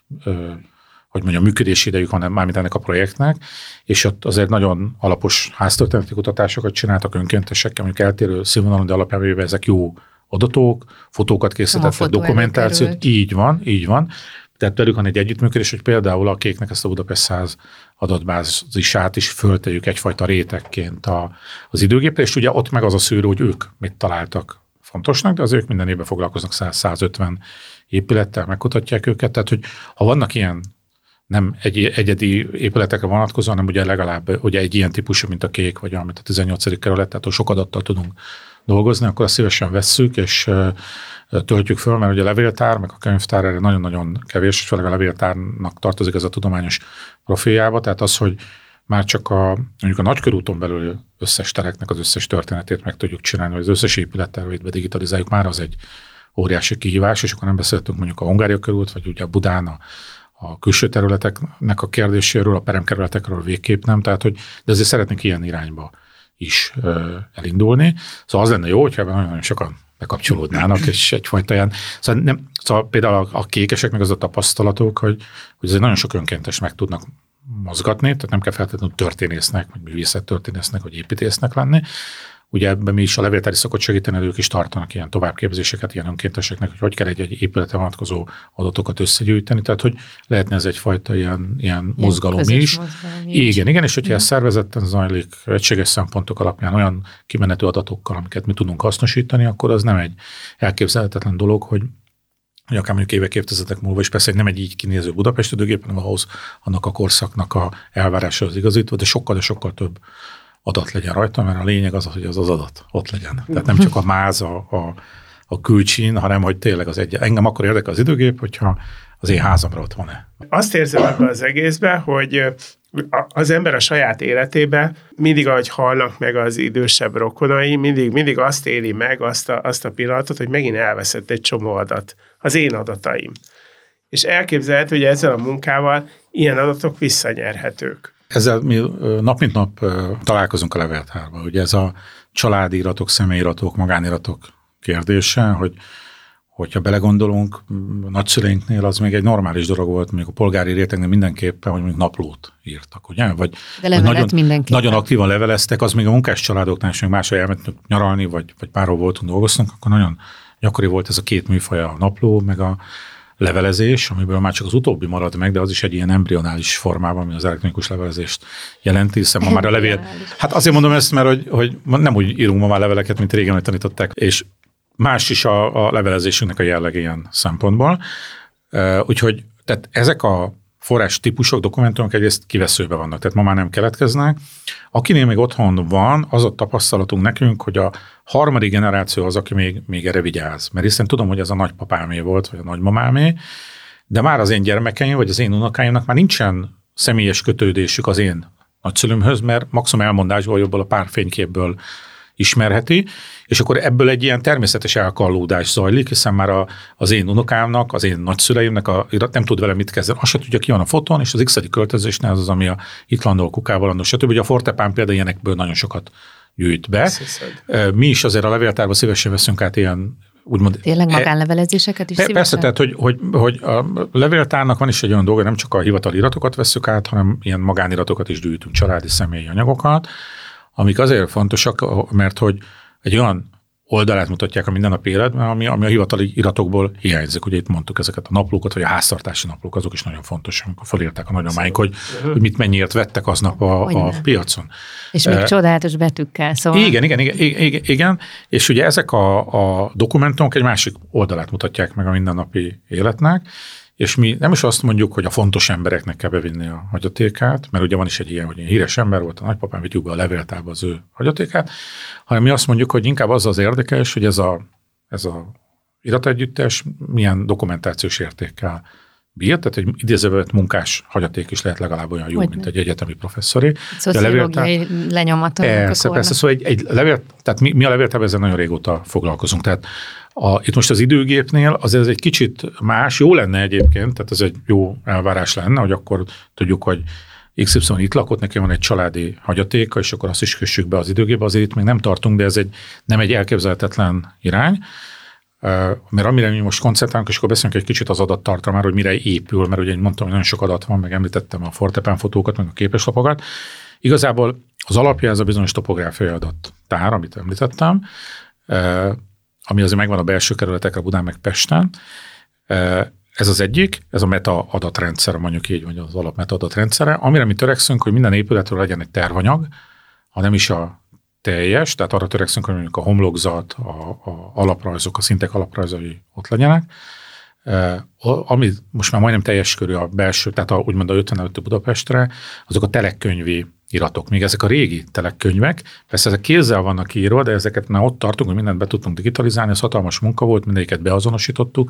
hogy mondjam, működési idejük van mármint ennek a projektnek, és ott azért nagyon alapos háztörténeti kutatásokat csináltak önkéntesekkel, mondjuk eltérő színvonalon, de alapján véve ezek jó adatok, fotókat készítettek, dokumentációt, előkerült. így van, így van. Tehát velük van egy együttműködés, hogy például a kéknek ezt a Budapest száz adatbázisát is fölteljük egyfajta rétegként a, az időgépre, és ugye ott meg az a szűrő, hogy ők mit találtak fontosnak, de az ők minden évben foglalkoznak száz-százötven épülettel, megkutatják őket, tehát hogy ha vannak ilyen nem egy, egyedi épületekre vonatkozóan, hanem ugye legalább ugye egy ilyen típusú, mint a kék, vagy amit a tizennyolcadik kerület, tehát sok adattal tudunk dolgozni, akkor azt szívesen vesszük, és töltjük föl, mert ugye a levéltár, meg a könyvtár erre nagyon-nagyon kevés, és főleg a levéltárnak tartozik ez a tudományos profiljába, tehát az, hogy már csak a, mondjuk a Nagykörúton belül összes tereknek az összes történetét meg tudjuk csinálni, vagy az összes épülettervét bedigitalizáljuk, már az egy óriási kihívás, és akkor nem beszéltünk mondjuk a Hungária körút, vagy ugye a Budán a, a külső területeknek a kérdéséről, a peremkerületekről végképp nem, tehát hogy, de azért szeretnénk ilyen irányba is ö, elindulni. Szóval az lenne jó, hogyha nagyon sokan bekapcsolódnának, és egyfajta ilyen, szóval, nem, szóval például a, a kékesek meg az a tapasztalatok, hogy, hogy azért nagyon sok önkéntes meg tudnak mozgatni, tehát nem kell feltétlenül történésznek, vagy művészettörténésznek, vagy építésznek lenni. Ugye ebben mi is a levéltári szokott segíteni, ők is tartanak ilyen továbbképzéseket ilyen önkénteseknek, hogy hogy kell egy, egy épületre vonatkozó adatokat összegyűjteni, tehát hogy lehetne ez egyfajta ilyen, ilyen mozgalom is. Mozgalom igen, igen, és hogyha ez szervezetten zajlik, egységes szempontok alapján olyan kimenetű adatokkal, amiket mi tudunk hasznosítani, akkor az nem egy elképzelhetetlen dolog, hogy hogy akár mondjuk évek, évtizedek múlva, és persze nem egy így kinéző Budapest időgép, hanem ahhoz annak a korszaknak a elvárása az igazítva, de sokkal, de sokkal több adat legyen rajta, mert a lényeg az, hogy az az adat ott legyen. Tehát nem csak a máz, a, a, a külcsín, hanem hogy tényleg az egy. Engem akkor érdekel az időgép, hogyha az én házamra ott van-e. Azt érzem ebben az egészben, hogy az ember a saját életében mindig, ahogy halnak meg az idősebb rokonai, mindig, mindig azt éli meg, azt a, azt a pillanatot, hogy megint elveszett egy csomó adat. Az én adataim. És elképzelhető, hogy ezzel a munkával ilyen adatok visszanyerhetők. Ezzel mi nap mint nap találkozunk a levéltárban. Ugye ez a családi iratok, személyiratok, magániratok kérdése, hogy hogyha belegondolunk, nagyszüleinknél az még egy normális dolog volt, mondjuk a polgári rétegnél mindenképpen, hogy mondjuk naplót írtak, ugye? Vagy, vagy nagyon, nagyon aktívan leveleztek, az még a munkás családoknál, és még máshol elmentünk nyaralni, vagy, vagy bárhol voltunk, dolgoztunk, akkor nagyon gyakori volt ez a két műfaj, a napló, meg a levelezés, amiből már csak az utóbbi marad meg, de az is egy ilyen embrionális formában, ami az elektronikus levelezést jelenti, hiszen ma már a levél... Hát azért mondom ezt, mert hogy, hogy nem úgy írunk ma már leveleket, mint régen, hogy tanították, és más is a, a levelezésünknek a jellege ilyen szempontból. Úgyhogy tehát ezek a forrás típusok, dokumentumok egyrészt kiveszőbe vannak, tehát ma már nem keletkeznek. Akinél még otthon van, az a tapasztalatunk nekünk, hogy a harmadik generáció az, aki még, még erre vigyáz. Mert hiszen tudom, hogy ez a nagypapámé volt, vagy a nagymamámé, de már az én gyermekeim, vagy az én unokáimnak már nincsen személyes kötődésük az én nagyszülőmhöz, mert maximum elmondásból, jobból a pár fényképből ismerheti, és akkor ebből egy ilyen természetes elkallódás zajlik, hiszen már a, az én unokámnak, az én nagyszüleimnek a, nem tud vele mit kezdeni. Azt se tudja, ki van a fotón, és az x-edik költözésnél az az, ami a itt landol, kukával landol, stb. Ugye a Fortepán például ilyenekből nagyon sokat gyűjt be. Mi is azért a levéltárban szívesen veszünk át ilyen úgymond... Tényleg magánlevelezéseket is szívesen? Persze, tehát hogy, hogy, hogy a levéltárnak van is egy olyan dolga, nem csak a hivatali iratokat veszük át, hanem ilyen magániratokat is gyűjtünk, családi, személyi anyagokat, amik azért fontosak, mert hogy egy olyan oldalát mutatják a mindennapi életben, ami, ami a hivatali iratokból hiányzik. Ugye itt mondtuk ezeket a naplókat, vagy a háztartási naplók, azok is nagyon fontosak, amikor felírták a nagyomáink, hogy, hogy mit mennyiért vettek aznap a, a piacon. És még uh, csodálatos betűkkel, szóval. Igen, igen, igen, igen, igen. És ugye ezek a, a dokumentumok egy másik oldalát mutatják meg a mindennapi életnek, és mi nem is azt mondjuk, hogy a fontos embereknek kell bevinni a hagyatékát, mert ugye van is egy ilyen, hogy ilyen híres ember volt, a nagypapám vigyük be a levéltárba az ő hagyatékát, hanem mi azt mondjuk, hogy inkább az az érdekes, hogy ez a, ez a irategyüttes milyen dokumentációs értékkel bír, tehát egy idézővet munkás hagyaték is lehet legalább olyan jó, hogy mint egy egyetemi professzori. Szociológiai lenyomatok. Persze, persze, szóval egy, egy levél, tehát mi, mi a levéltárban ezzel nagyon régóta foglalkozunk, tehát A, itt most az időgépnél azért ez egy kicsit más, jó lenne egyébként, tehát ez egy jó elvárás lenne, hogy akkor tudjuk, hogy iksz ipszilon itt lakott, neki van egy családi hagyatéka, és akkor azt is kössük be az időgépbe, azért itt még nem tartunk, de ez egy, nem egy elképzelhetetlen irány, mert amire mi most koncentrálunk, és akkor beszélünk egy kicsit az adattartalmáról, hogy mire épül, mert ugye mondtam, hogy nagyon sok adat van, meg említettem a fortepán fotókat, meg a képeslapokat. Igazából az alapja ez a bizonyos topográfiai adattár, amit említettem, ami azért megvan a belső kerületekre, Budán meg Pesten. Ez az egyik, ez a meta adatrendszer, mondjuk így, vagy az alap meta adatrendszere, amire mi törekszünk, hogy minden épületről legyen egy tervanyag, ha nem is a teljes, tehát arra törekszünk, hogy mondjuk a homlokzat, a, a alaprajzok, a szintek alaprajzai ott legyenek, ami most már majdnem teljes körül a belső, tehát a, úgymond a ötvenöt Budapestre, azok a telekkönyvi iratok. Még ezek a régi telekkönyvek, persze ezek kézzel vannak írva, de ezeket már ott tartunk, hogy mindent be tudtunk digitalizálni, ez hatalmas munka volt, mindegyiket beazonosítottuk,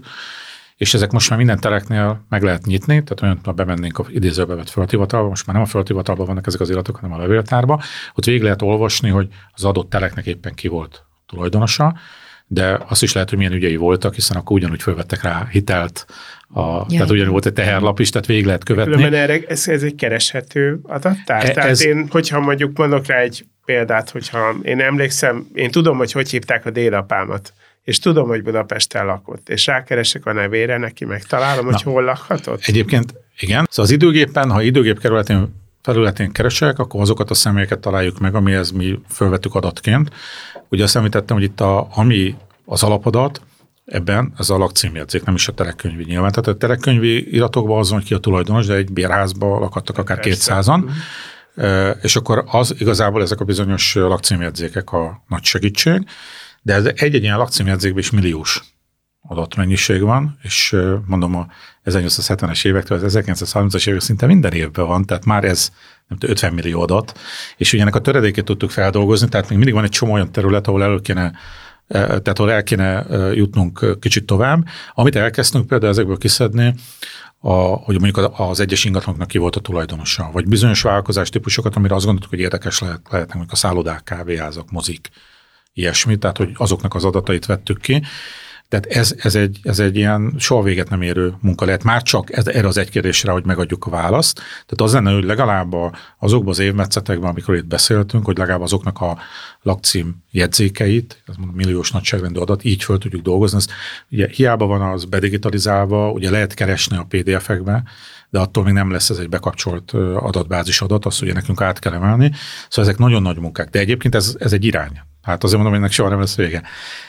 és ezek most már minden teleknél meg lehet nyitni, tehát olyan, ha bemennénk a idézőbe vett földhivatalba, most már nem a földhivatalban vannak ezek az iratok, hanem a levéltárba, ott végig lehet olvasni, hogy az adott teleknek éppen ki volt tulajdonosa, de azt is lehet, hogy milyen ügyei voltak, hiszen akkor ugyanúgy fölvettek rá hitelt, a, tehát ugyanúgy volt egy teherlap is, tehát végig lehet követni. Különben erre, ez, ez egy kereshető adattár? E, tehát ez, én, hogyha mondjuk mondok rá egy példát, hogyha én emlékszem, én tudom, hogy hogy hívták a dédapámat, és tudom, hogy Budapesten lakott, és rákeresek a nevére, neki megtalálom, hogy Na, hol lakhatott. Egyébként igen. Szóval az időgépen, ha időgép kerületén felületén keresek, akkor azokat a személyeket találjuk meg, amihez mi felvettük adatként. Ugye azt említettem, hogy itt a, ami az alapadat, ebben ez a lakcímjegyzék, nem is a telekkönyvi nyilván. Tehát a telekkönyvi iratokban az van, hogy ki a tulajdonos, de egy bérházban lakadtak akár kétszázan. Mm. És akkor az igazából ezek a bizonyos lakcímjegyzékek a nagy segítség, de egy-egy ilyen lakcímjegyzékben is milliós adatmennyiség van, és mondom a ezernyolcszázhetvenes évektől az ezerkilencszázharmincas évek szinte minden évben van, tehát már ez nem tudom, ötven millió adat, és ugye ennek a töredékét tudtuk feldolgozni, tehát még mindig van egy csomó olyan terület, ahol elő kéne, tehát ahol el kéne jutnunk kicsit tovább. Amit elkezdtünk például ezekből kiszedni, a, hogy mondjuk az egyes ingatlanoknak ki volt a tulajdonosa, vagy bizonyos vállalkozás típusokat, amire azt gondoltuk, hogy érdekes lehet, lehetnek mondjuk a szállodák, kávéházak, mozik, ilyesmi, tehát hogy azoknak az adatait vettük ki. Tehát ez, ez, egy, ez egy ilyen soha véget nem érő munka lehet. Már csak ez, erre az egy kérdésre, hogy megadjuk a választ. Tehát az lenne, hogy legalább azokban az évmetszetekben, amikor itt beszéltünk, hogy legalább azoknak a lakcím jegyzékeit, ez mondom milliós nagyságrendű adat, így föl tudjuk dolgozni. Ez, ugye hiába van az bedigitalizálva, ugye lehet keresni a pé dé ef-ekbe, de attól még nem lesz ez egy bekapcsolt adatbázis adat, azt ugye nekünk át kell emelni. Szóval ezek nagyon nagy munkák. De egyébként ez, ez egy irány. Hát azért mondom, hogy ennek soha nem lesz vége.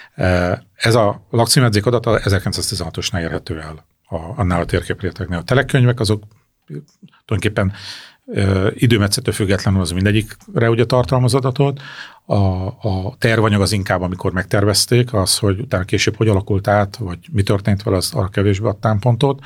Ez a lakcímjegyzék adata ezerkilencszáztizenhatosnál érhető el a, annál a térképrétegnél. A telekönyvek azok tulajdonképpen időmetszettől függetlenül az mindegyikre ugye tartalmaz adatot. A, a tervanyag az inkább, amikor megtervezték, az, hogy utána később hogy alakult át, vagy mi történt vele, az arra kevésbé ad támpontot.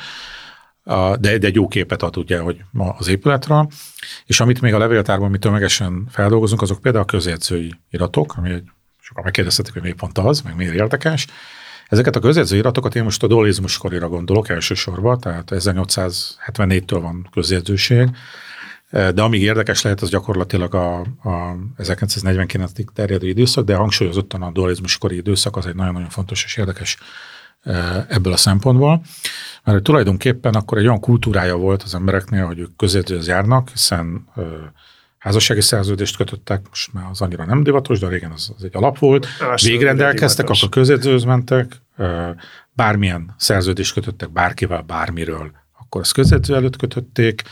De egy jó képet ad ugye, hogy ma az épületről. És amit még a levéltárban mi tömegesen feldolgozunk, azok például a közjegyzői iratok, ami egy sokan megkérdeztetik, hogy miért pont az, meg miért érdekes. Ezeket a közjegyző iratokat én most a dualizmus korira gondolok elsősorban, tehát ezernyolcszázhetvennégytől van közjegyzőség, de amíg érdekes lehet, az gyakorlatilag a, a ezerkilencszáznegyvenkilencig terjedő időszak, de hangsúlyozottan a dualizmus kori időszak az egy nagyon-nagyon fontos és érdekes ebből a szempontból. Mert tulajdonképpen akkor egy olyan kultúrája volt az embereknél, hogy ők közjegyzőhöz járnak, hiszen házassági szerződést kötöttek, most már az annyira nem divatos, de régen az, az egy alap volt. Végrendelkeztek, akkor közjegyzőhöz mentek, bármilyen szerződést kötöttek bárkivel, bármiről, akkor azt közjegyző előtt kötötték.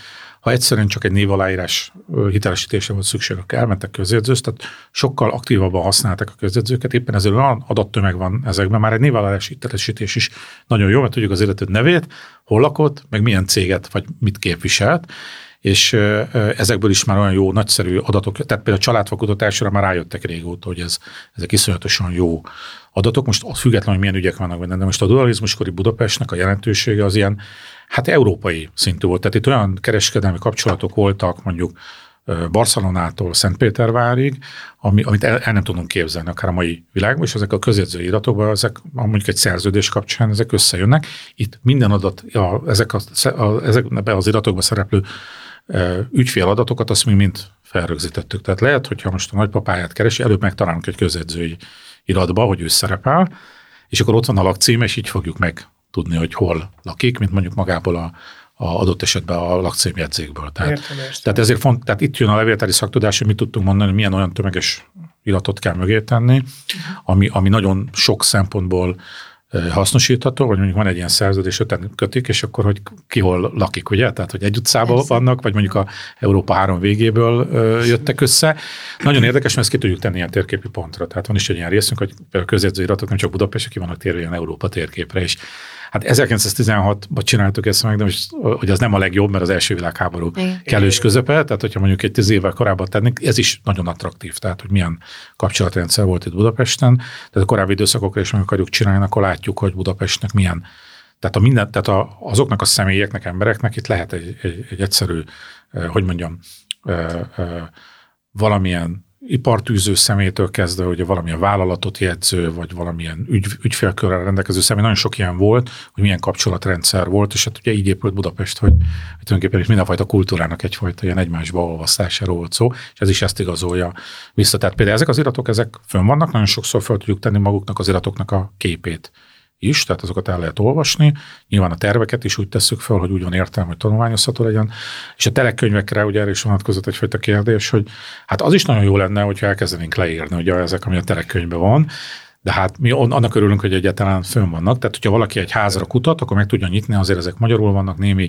ha egyszerűen csak egy névaláírás hitelesítésre volt szükség, akkor elmentek közjegyzőhöz, tehát sokkal aktívabban használták a közjegyzőket, éppen ezért olyan adattömeg van ezekben, már egy névaláírás hitelesítés is nagyon jó, mert tudjuk az illető nevét, hol lakott, meg milyen céget, vagy mit képviselt, és ezekből is már olyan jó, nagyszerű adatok, tehát például a családfakutatásra már rájöttek régóta, hogy ez, ezek iszonyatosan jó adatok. Most függetlenül, hogy milyen ügyek vannak benne, de most a dualizmuskori Budapestnek a jelentősége az ilyen, hát európai szintű volt. Tehát itt olyan kereskedelmi kapcsolatok voltak, mondjuk Barcelonától Szentpétervárig, ami, amit el, el nem tudunk képzelni akár a mai világban, és ezek a közjegyzői iratokban, ezek mondjuk egy szerződés kapcsán ezek összejönnek. Itt minden adat, a, ezek, a, a, ezekben az iratokban szereplő ügyféladatokat, azt mi mind felrögzítettük. Tehát lehet, hogyha most a nagypapáját keresi, előbb megtalálunk egy közjegyzői iratba, hogy ő szerepel, és akkor ott van a lakcím, és így fogjuk meg tudni, hogy hol lakik, mint mondjuk magából a, a adott esetben a lakcímjegyzékből. Tehát, értem, értem. tehát ezért font, tehát itt jön a levéltári szaktudás, hogy mit tudtunk mondani, hogy milyen olyan tömeges iratot kell mögé tenni, ami, ami nagyon sok szempontból hasznosítható, hogy mondjuk van egy ilyen szerződés, öten kötik, és akkor, hogy ki hol lakik, ugye? Tehát, hogy egy utcában Persze. vannak, vagy mondjuk a Európa három végéből jöttek össze. Nagyon érdekes, mert ezt ki tudjuk tenni ilyen térképi pontra. Tehát van is egy ilyen részünk, hogy például közjegyző iratok nem csak Budapest, ki vannak térve ilyen Európa térképre is. Hát ezerkilencszáztizenhatban csináltuk ezt meg, de most, hogy az nem a legjobb, mert az első világháború kellős közepe, tehát hogyha mondjuk egy tíz évvel korábban tennénk, ez is nagyon attraktív, tehát hogy milyen kapcsolatrendszer volt itt Budapesten. Tehát a korábbi időszakokra is meg akarjuk csinálni, akkor látjuk, hogy Budapestnek milyen, tehát, a minden, tehát a, azoknak a személyeknek, embereknek itt lehet egy, egy, egy egyszerű, hogy mondjam, valamilyen ipartűző személytől kezdve, hogy valamilyen vállalatot jegyző, vagy valamilyen ügy, ügyfélkörrel rendelkező személy, nagyon sok ilyen volt, hogy milyen kapcsolatrendszer volt, és hát ugye így épült Budapest, hogy, hogy tulajdonképpen is mindenfajta kultúrának egyfajta ilyen egymásba olvasztásáról volt szó, és ez is ezt igazolja vissza. Tehát például ezek az iratok, ezek fönn vannak, nagyon sokszor fel tudjuk tenni maguknak az iratoknak a képét is, tehát azokat el lehet olvasni. Nyilván a terveket is úgy tesszük fel, hogy úgy van értelme, hogy tanulmányozható legyen. És a telekönyvekre ugye erre is vonatkozott egyfajta kérdés, hogy hát az is nagyon jó lenne, hogyha elkezdenénk leírni, ugye ezek, ami a telekönyvben van, de hát mi annak örülünk, hogy egyáltalán fönn vannak. Tehát, hogyha valaki egy házra kutat, akkor meg tudja nyitni, azért ezek magyarul vannak, némi,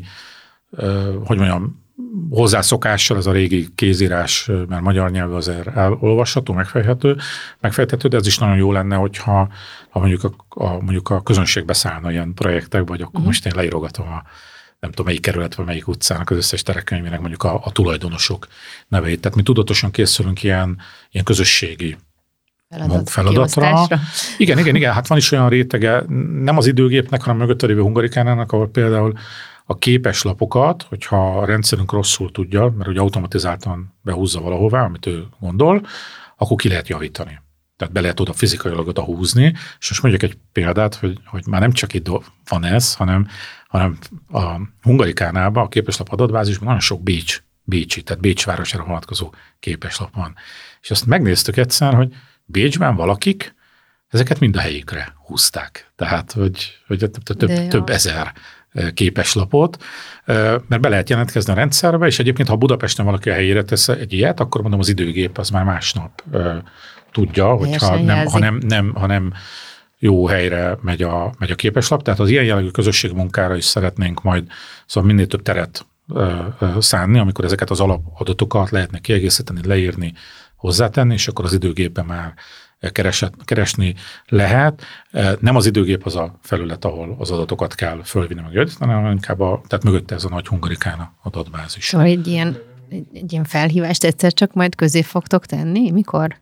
hogy mondjam, hozzászokással, ez a régi kézírás, mert magyar nyelvű azért elolvasható, megfejthető, megfejthető, de ez is nagyon jó lenne, hogyha ha mondjuk, a, a, mondjuk a közönség beszállna ilyen projektek, vagy akkor uh-huh. most én leírogatom a nem tudom, melyik kerület, vagy melyik utcának az összes terekönyvének mondjuk a, a tulajdonosok neveit. Tehát mi tudatosan készülünk ilyen, ilyen közösségi Feladat, feladatra. Igen, igen, igen, hát van is olyan rétege, nem az időgépnek, hanem mögötte lévő Hungarikánának, ahol például a képeslapokat, hogyha a rendszerünk rosszul tudja, mert ugye automatizáltan behúzza valahová, amit ő gondol, akkor ki lehet javítani. Tehát be lehet oda fizikailag oda húzni, és most mondjuk egy példát, hogy, hogy már nem csak itt van ez, hanem, hanem a Hungarikánában, a képeslap adatbázisban nagyon sok Bécs, Bécsi, tehát Bécs városára vonatkozó képeslap van. És azt megnéztük egyszer, hogy Bécsben valakik ezeket mind a helyükre húzták. Tehát, hogy, hogy több, több ezer képeslapot, mert be lehet jelentkezni a rendszerbe, és egyébként, ha Budapesten valaki a helyére tesz egy ilyet, akkor mondom, az időgép az már másnap tudja, hogyha nem, ha, nem, nem, ha nem jó helyre megy a, megy a képeslap. Tehát az ilyen jellegű közösségmunkára is szeretnénk majd szóval minél több teret szánni, amikor ezeket az alapadatokat lehetne kiegészíteni, leírni, hozzátenni, és akkor az időgépben már kereset, keresni lehet. Nem az időgép az a felület, ahol az adatokat kell fölvinni meg jöjjt, hanem inkább a, tehát mögötte ez a nagy Hungarikána adatbázis. Szóval egy ilyen, egy, egy ilyen felhívást egyszer csak majd közé fogtok tenni? Mikor?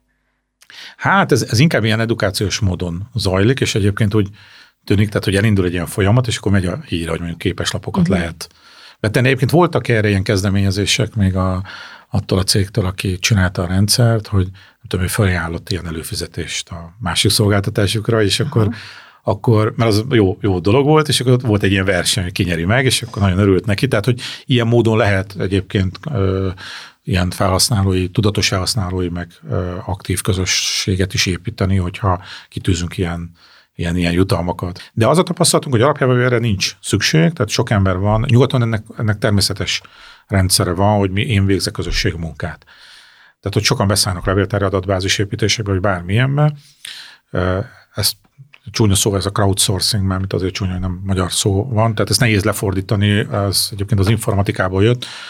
Hát ez, ez inkább ilyen edukációs módon zajlik, és egyébként úgy tűnik, tehát, hogy elindul egy ilyen folyamat, és akkor megy a híre, hogy mondjuk képeslapokat uh-huh. lehet betenni. Egyébként voltak erre ilyen kezdeményezések még a, attól a cégtől, aki csinálta a rendszert, hogy nem tudom, hogy felajánlott ilyen előfizetést a másik szolgáltatásukra, és uh-huh. akkor, akkor, mert az jó, jó dolog volt, és akkor volt egy ilyen verseny, hogy kinyeri meg, és akkor nagyon örült neki. Tehát, hogy ilyen módon lehet egyébként ö, ilyen felhasználói, tudatos felhasználói, meg ö, aktív közösséget is építeni, hogyha kitűzünk ilyen Ilyen, ilyen jutalmakat. De az a tapasztalatunk, hogy alapjában erre nincs szükség, tehát sok ember van, nyugaton ennek, ennek természetes rendszere van, hogy mi, én végzek közösségmunkát. Tehát, hogy sokan beszállnak levéltári adatbázis építésekbe, vagy bármilyenbe. Ez csúnya szó, ez a crowdsourcing, mert mint azért csúnya, hogy nem magyar szó van, tehát ezt nehéz lefordítani, ez egyébként az informatikából jött,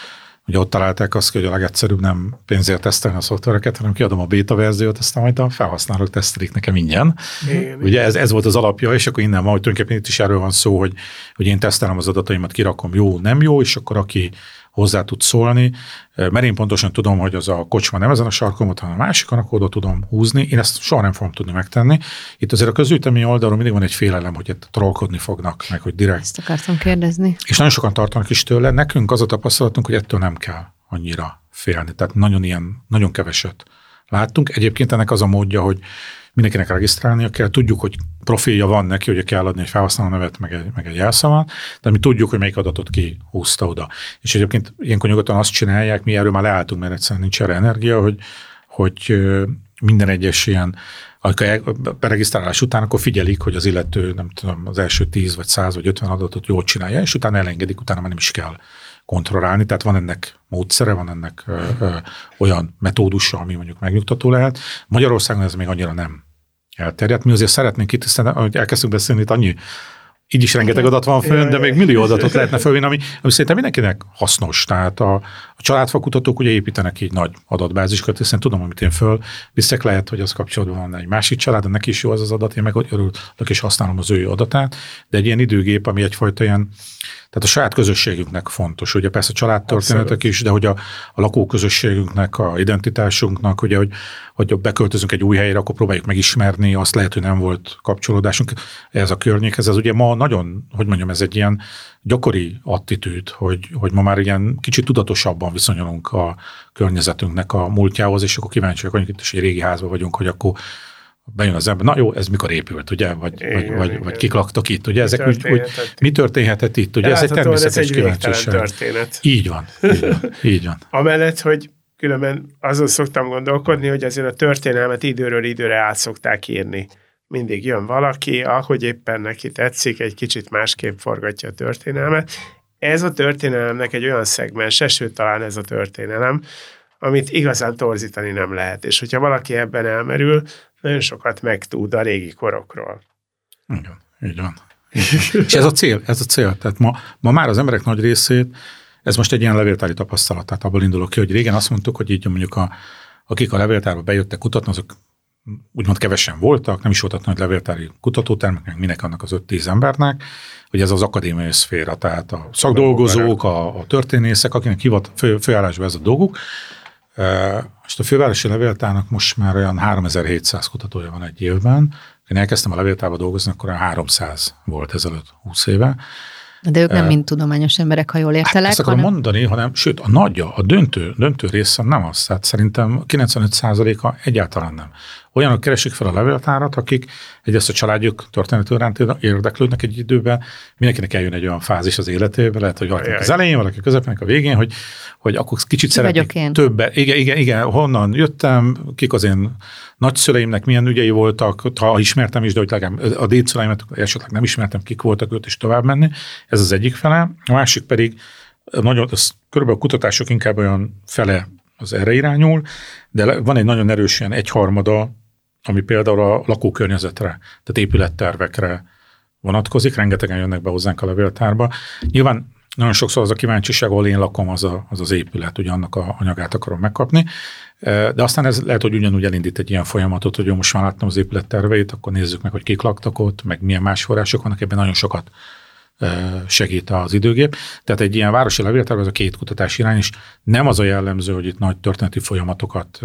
Ugye ott találták azt, hogy a legegyszerűbb nem pénzért tesztelni a szoftvereket, hanem kiadom a beta verziót, aztán majd a felhasználók tesztelik nekem ingyen. Igen, ugye ez, ez volt az alapja, és akkor innen van, hogy tulajdonképpen itt is erről van szó, hogy, hogy én tesztelem az adataimat, kirakom jó, nem jó, és akkor aki hozzá tud szólni, mert én pontosan tudom, hogy az a kocsma nem ezen a sarkon, hanem a másikon, akkor oda tudom húzni. Én ezt soha nem fogom tudni megtenni. Itt azért a közgyűjtemény oldalon mindig van egy félelem, hogy itt trollkodni fognak, meg hogy direkt. Ezt akartam kérdezni. És nagyon sokan tartanak is tőle. Nekünk az a tapasztalatunk, hogy ettől nem kell annyira félni. Tehát nagyon ilyen, nagyon keveset láttunk. Egyébként ennek az a módja, hogy mindenkinek regisztrálnia kell, tudjuk, hogy profilja van neki, hogy kell adni egy felhasználó nevet, meg egy, meg egy jelszavat, de mi tudjuk, hogy melyik adatot ki húzta oda. És egyébként ilyenkor nyugodtan azt csinálják, mi erről már leálltunk, mert egyszerűen nincs erre energia, hogy, hogy minden egyes ilyen a regisztrálás után akkor figyelik, hogy az illető, nem tudom, az első tíz, vagy száz, vagy ötven adatot jól csinálja, és utána elengedik, utána már nem is kell kontrollálni, tehát van ennek módszere, van ennek ö, ö, olyan metódusa, ami mondjuk megnyugtató lehet. Magyarországon ez még annyira nem elterjedt. Mi azért szeretnénk kitisztelni, ahogy elkezdtünk beszélni, itt annyi, így is rengeteg adat van fönn, de még millió adatot lehetne fölvinni, ami, ami szerintem mindenkinek hasznos. Tehát a, a családfakutatók ugye építenek így nagy adatbázisokat, hiszen tudom, amit én fölviszek, lehet, hogy az kapcsolatban van egy másik család, de neki is jó az az adat, én meg örülök és használom az ő adatát, de egy ilyen időgép, ami egyfajta ilyen, tehát a saját közösségünknek fontos, ugye persze a családtörténetek is, de hogy a, a lakóközösségünknek, a identitásunknak, ugye, hogy, hogy beköltözünk egy új helyre, akkor próbáljuk megismerni, azt lehet, hogy nem volt kapcsolódásunk ez a környékhez. Ez ugye ma nagyon, hogy mondjam, ez egy ilyen gyakori attitűd, hogy, hogy ma már ilyen kicsit tudatosabban viszonyulunk a környezetünknek a múltjához, és akkor kíváncsiak vagyunk, itt is egy régi házban vagyunk, hogy akkor bejön az ember, na jó, ez mikor épült, ugye, vagy, igen, vagy, vagy, vagy kik laktak itt, ugye, mi ezek úgy, úgy, mi történhetett itt, ugye, ez egy természetes kíváncsiság. Történet. Így van, így van, így van. Amellett, hogy különben azon szoktam gondolkodni, hogy azért a történelmet időről időre át szokták írni. Mindig jön valaki, ahogy éppen neki tetszik, egy kicsit másképp forgatja a történelmet. Ez a történelemnek egy olyan szegmense, sőt talán ez a történelem, amit igazán torzítani nem lehet. És hogyha valaki ebben elmerül, nagyon sokat megtud a régi korokról. Igen, így van. Így van. És ez a cél, ez a cél. Tehát ma, ma már az emberek nagy részét, ez most egy ilyen levéltári tapasztalat, tehát abból indulok ki, hogy régen azt mondtuk, hogy így mondjuk a, akik a levéltárba bejöttek kutatni, azok úgymond kevesen voltak, nem is voltak nagy levéltári kutatótermek, minek annak az öt-tíz embernek, hogy ez az akadémiai szféra, tehát a szakdolgozók, a, a történészek, akinek hivat fő, főállásban ez a dolguk. Most a fővárosi levéltárnak most már olyan háromezer-hétszáz kutatója van egy évben. Én elkezdtem a levéltárba dolgozni, akkor olyan háromszáz volt ezelőtt húsz éve. De ők nem mind tudományos emberek, ha jól értelek. Hát ezt akarom hanem... mondani, hanem sőt, a nagyja, a döntő, döntő része nem az. Tehát szerintem kilencvenöt százaléka egyáltalán nem. Olyanok keresik fel a levéltárat, akik egyrészt a családjuk történetről érdeklődnek egy időben, mindenkinek eljön egy olyan fázis az életében, lehet, hogy valaki az elején, valaki közepén, a végén, hogy, hogy akkor kicsit Ki szeretnék többet. Igen, igen, igen, honnan jöttem, kik az én nagyszüleimnek milyen ügyei voltak, ha ismertem is, de hogy legalább a dédszüleimet esetleg nem ismertem, kik voltak őt, és tovább menni. Ez az egyik fele. A másik pedig, nagyon, az, körülbelül a kutatások inkább olyan fele az erre irányul, de van egy nagyon erős ilyen egyharmada, ami például a lakókörnyezetre, tehát épülettervekre vonatkozik, rengetegen jönnek be hozzánk a levéltárba. Nyilván nagyon sokszor az a kíváncsiság, ahol én lakom, az a, az, az épület, ugye annak a anyagát akarom megkapni, de aztán ez lehet, hogy ugyanúgy elindít egy ilyen folyamatot, hogy most már láttam az épületterveit, akkor nézzük meg, hogy kik laktak ott, meg milyen más források vannak, ebben nagyon sokat segít az időgép. Tehát egy ilyen városi levéltár, ez a két kutatás irány is nem az a jellemző, hogy itt nagy történeti folyamatokat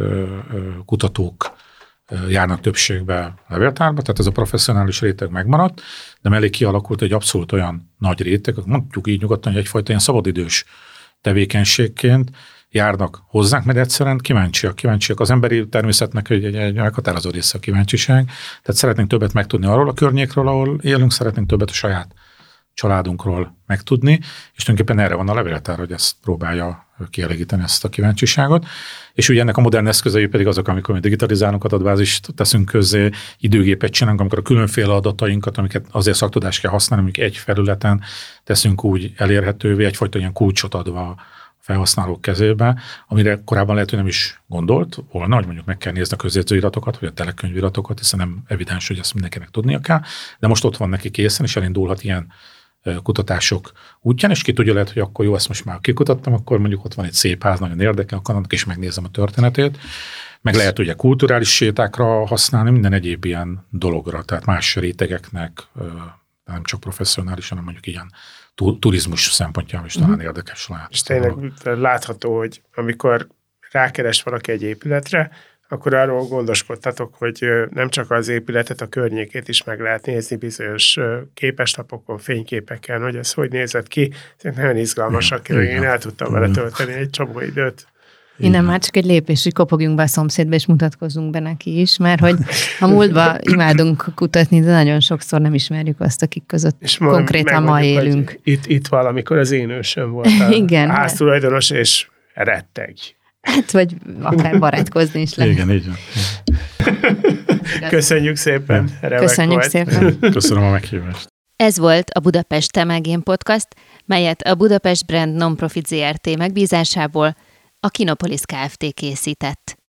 kutatók járnak többségbe levéltárba, tehát ez a professzionális réteg megmaradt, de mellé kialakult egy abszolút olyan nagy réteg, mondjuk így nyugodtan, hogy egyfajta ilyen szabadidős tevékenységként járnak hozzánk, mert egyszerűen kíváncsiak, kíváncsiak. Az emberi természetnek egy, egy, egy meghatározó része a kíváncsiság, tehát szeretnénk többet megtudni arról a környékről, ahol élünk, szeretnénk többet a saját családunkról megtudni, és tulajdonképpen erre van a levéltár, hogy ezt próbálja kielégíteni ezt a kíváncsiságot. És ugye ennek a modern eszközei pedig azok, amikor mi digitalizálunk adatbázist, teszünk közzé, időgépet csinálunk, amikor a különféle adatainkat, amiket azért szaktudás kell használni, amik egy felületen teszünk úgy elérhetővé, egyfajta ilyen kulcsot adva a felhasználók kezébe, amire korábban lehet, hogy nem is gondolt volna, hogy mondjuk meg kell nézni a közjegyzőiratokat, vagy a telekönyviratokat, hiszen nem evidens, hogy ezt mindenkinek tudnia kell, de most ott van neki készen, és elindulhat ilyen kutatások útján, és ki tudja, lehet, hogy akkor jó, ezt most már kikutattam, akkor mondjuk ott van egy szép ház, nagyon érdekel, akkor annak is megnézem a történetét. Meg lehet ugye kulturális sétákra használni, minden egyéb ilyen dologra, tehát más rétegeknek, nem csak professzionális, hanem mondjuk ilyen turizmus szempontjából is talán mm. érdekes lehet. És tényleg látható, hogy amikor rákeres valaki egy épületre, akkor arról gondoskodtatok, hogy nem csak az épületet, a környékét is meg lehet nézni bizonyos képeslapokon, fényképeken, hogy ez hogy nézett ki. Ezek nagyon izgalmasak, én, én el tudtam vele tölteni egy csomó időt. Innen már csak egy lépés, hogy kopogjunk be a szomszédba, és mutatkozzunk be neki is, mert hogy a múltba imádunk kutatni, de nagyon sokszor nem ismerjük azt, akik között és konkrétan ma élünk. Itt, itt valamikor az én ősöm volt a igen, háztulajdonos, és retteg. Hát, vagy akár barátkozni is lehet. Igen, így van. Köszönjük szépen, remek Köszönjük volt. szépen. Köszönöm a meghívást. Ez volt a Budapest Temelgén Podcast, melyet a Budapest Brand Nonprofit zé er té megbízásából a Kinopolis Kft. Készített.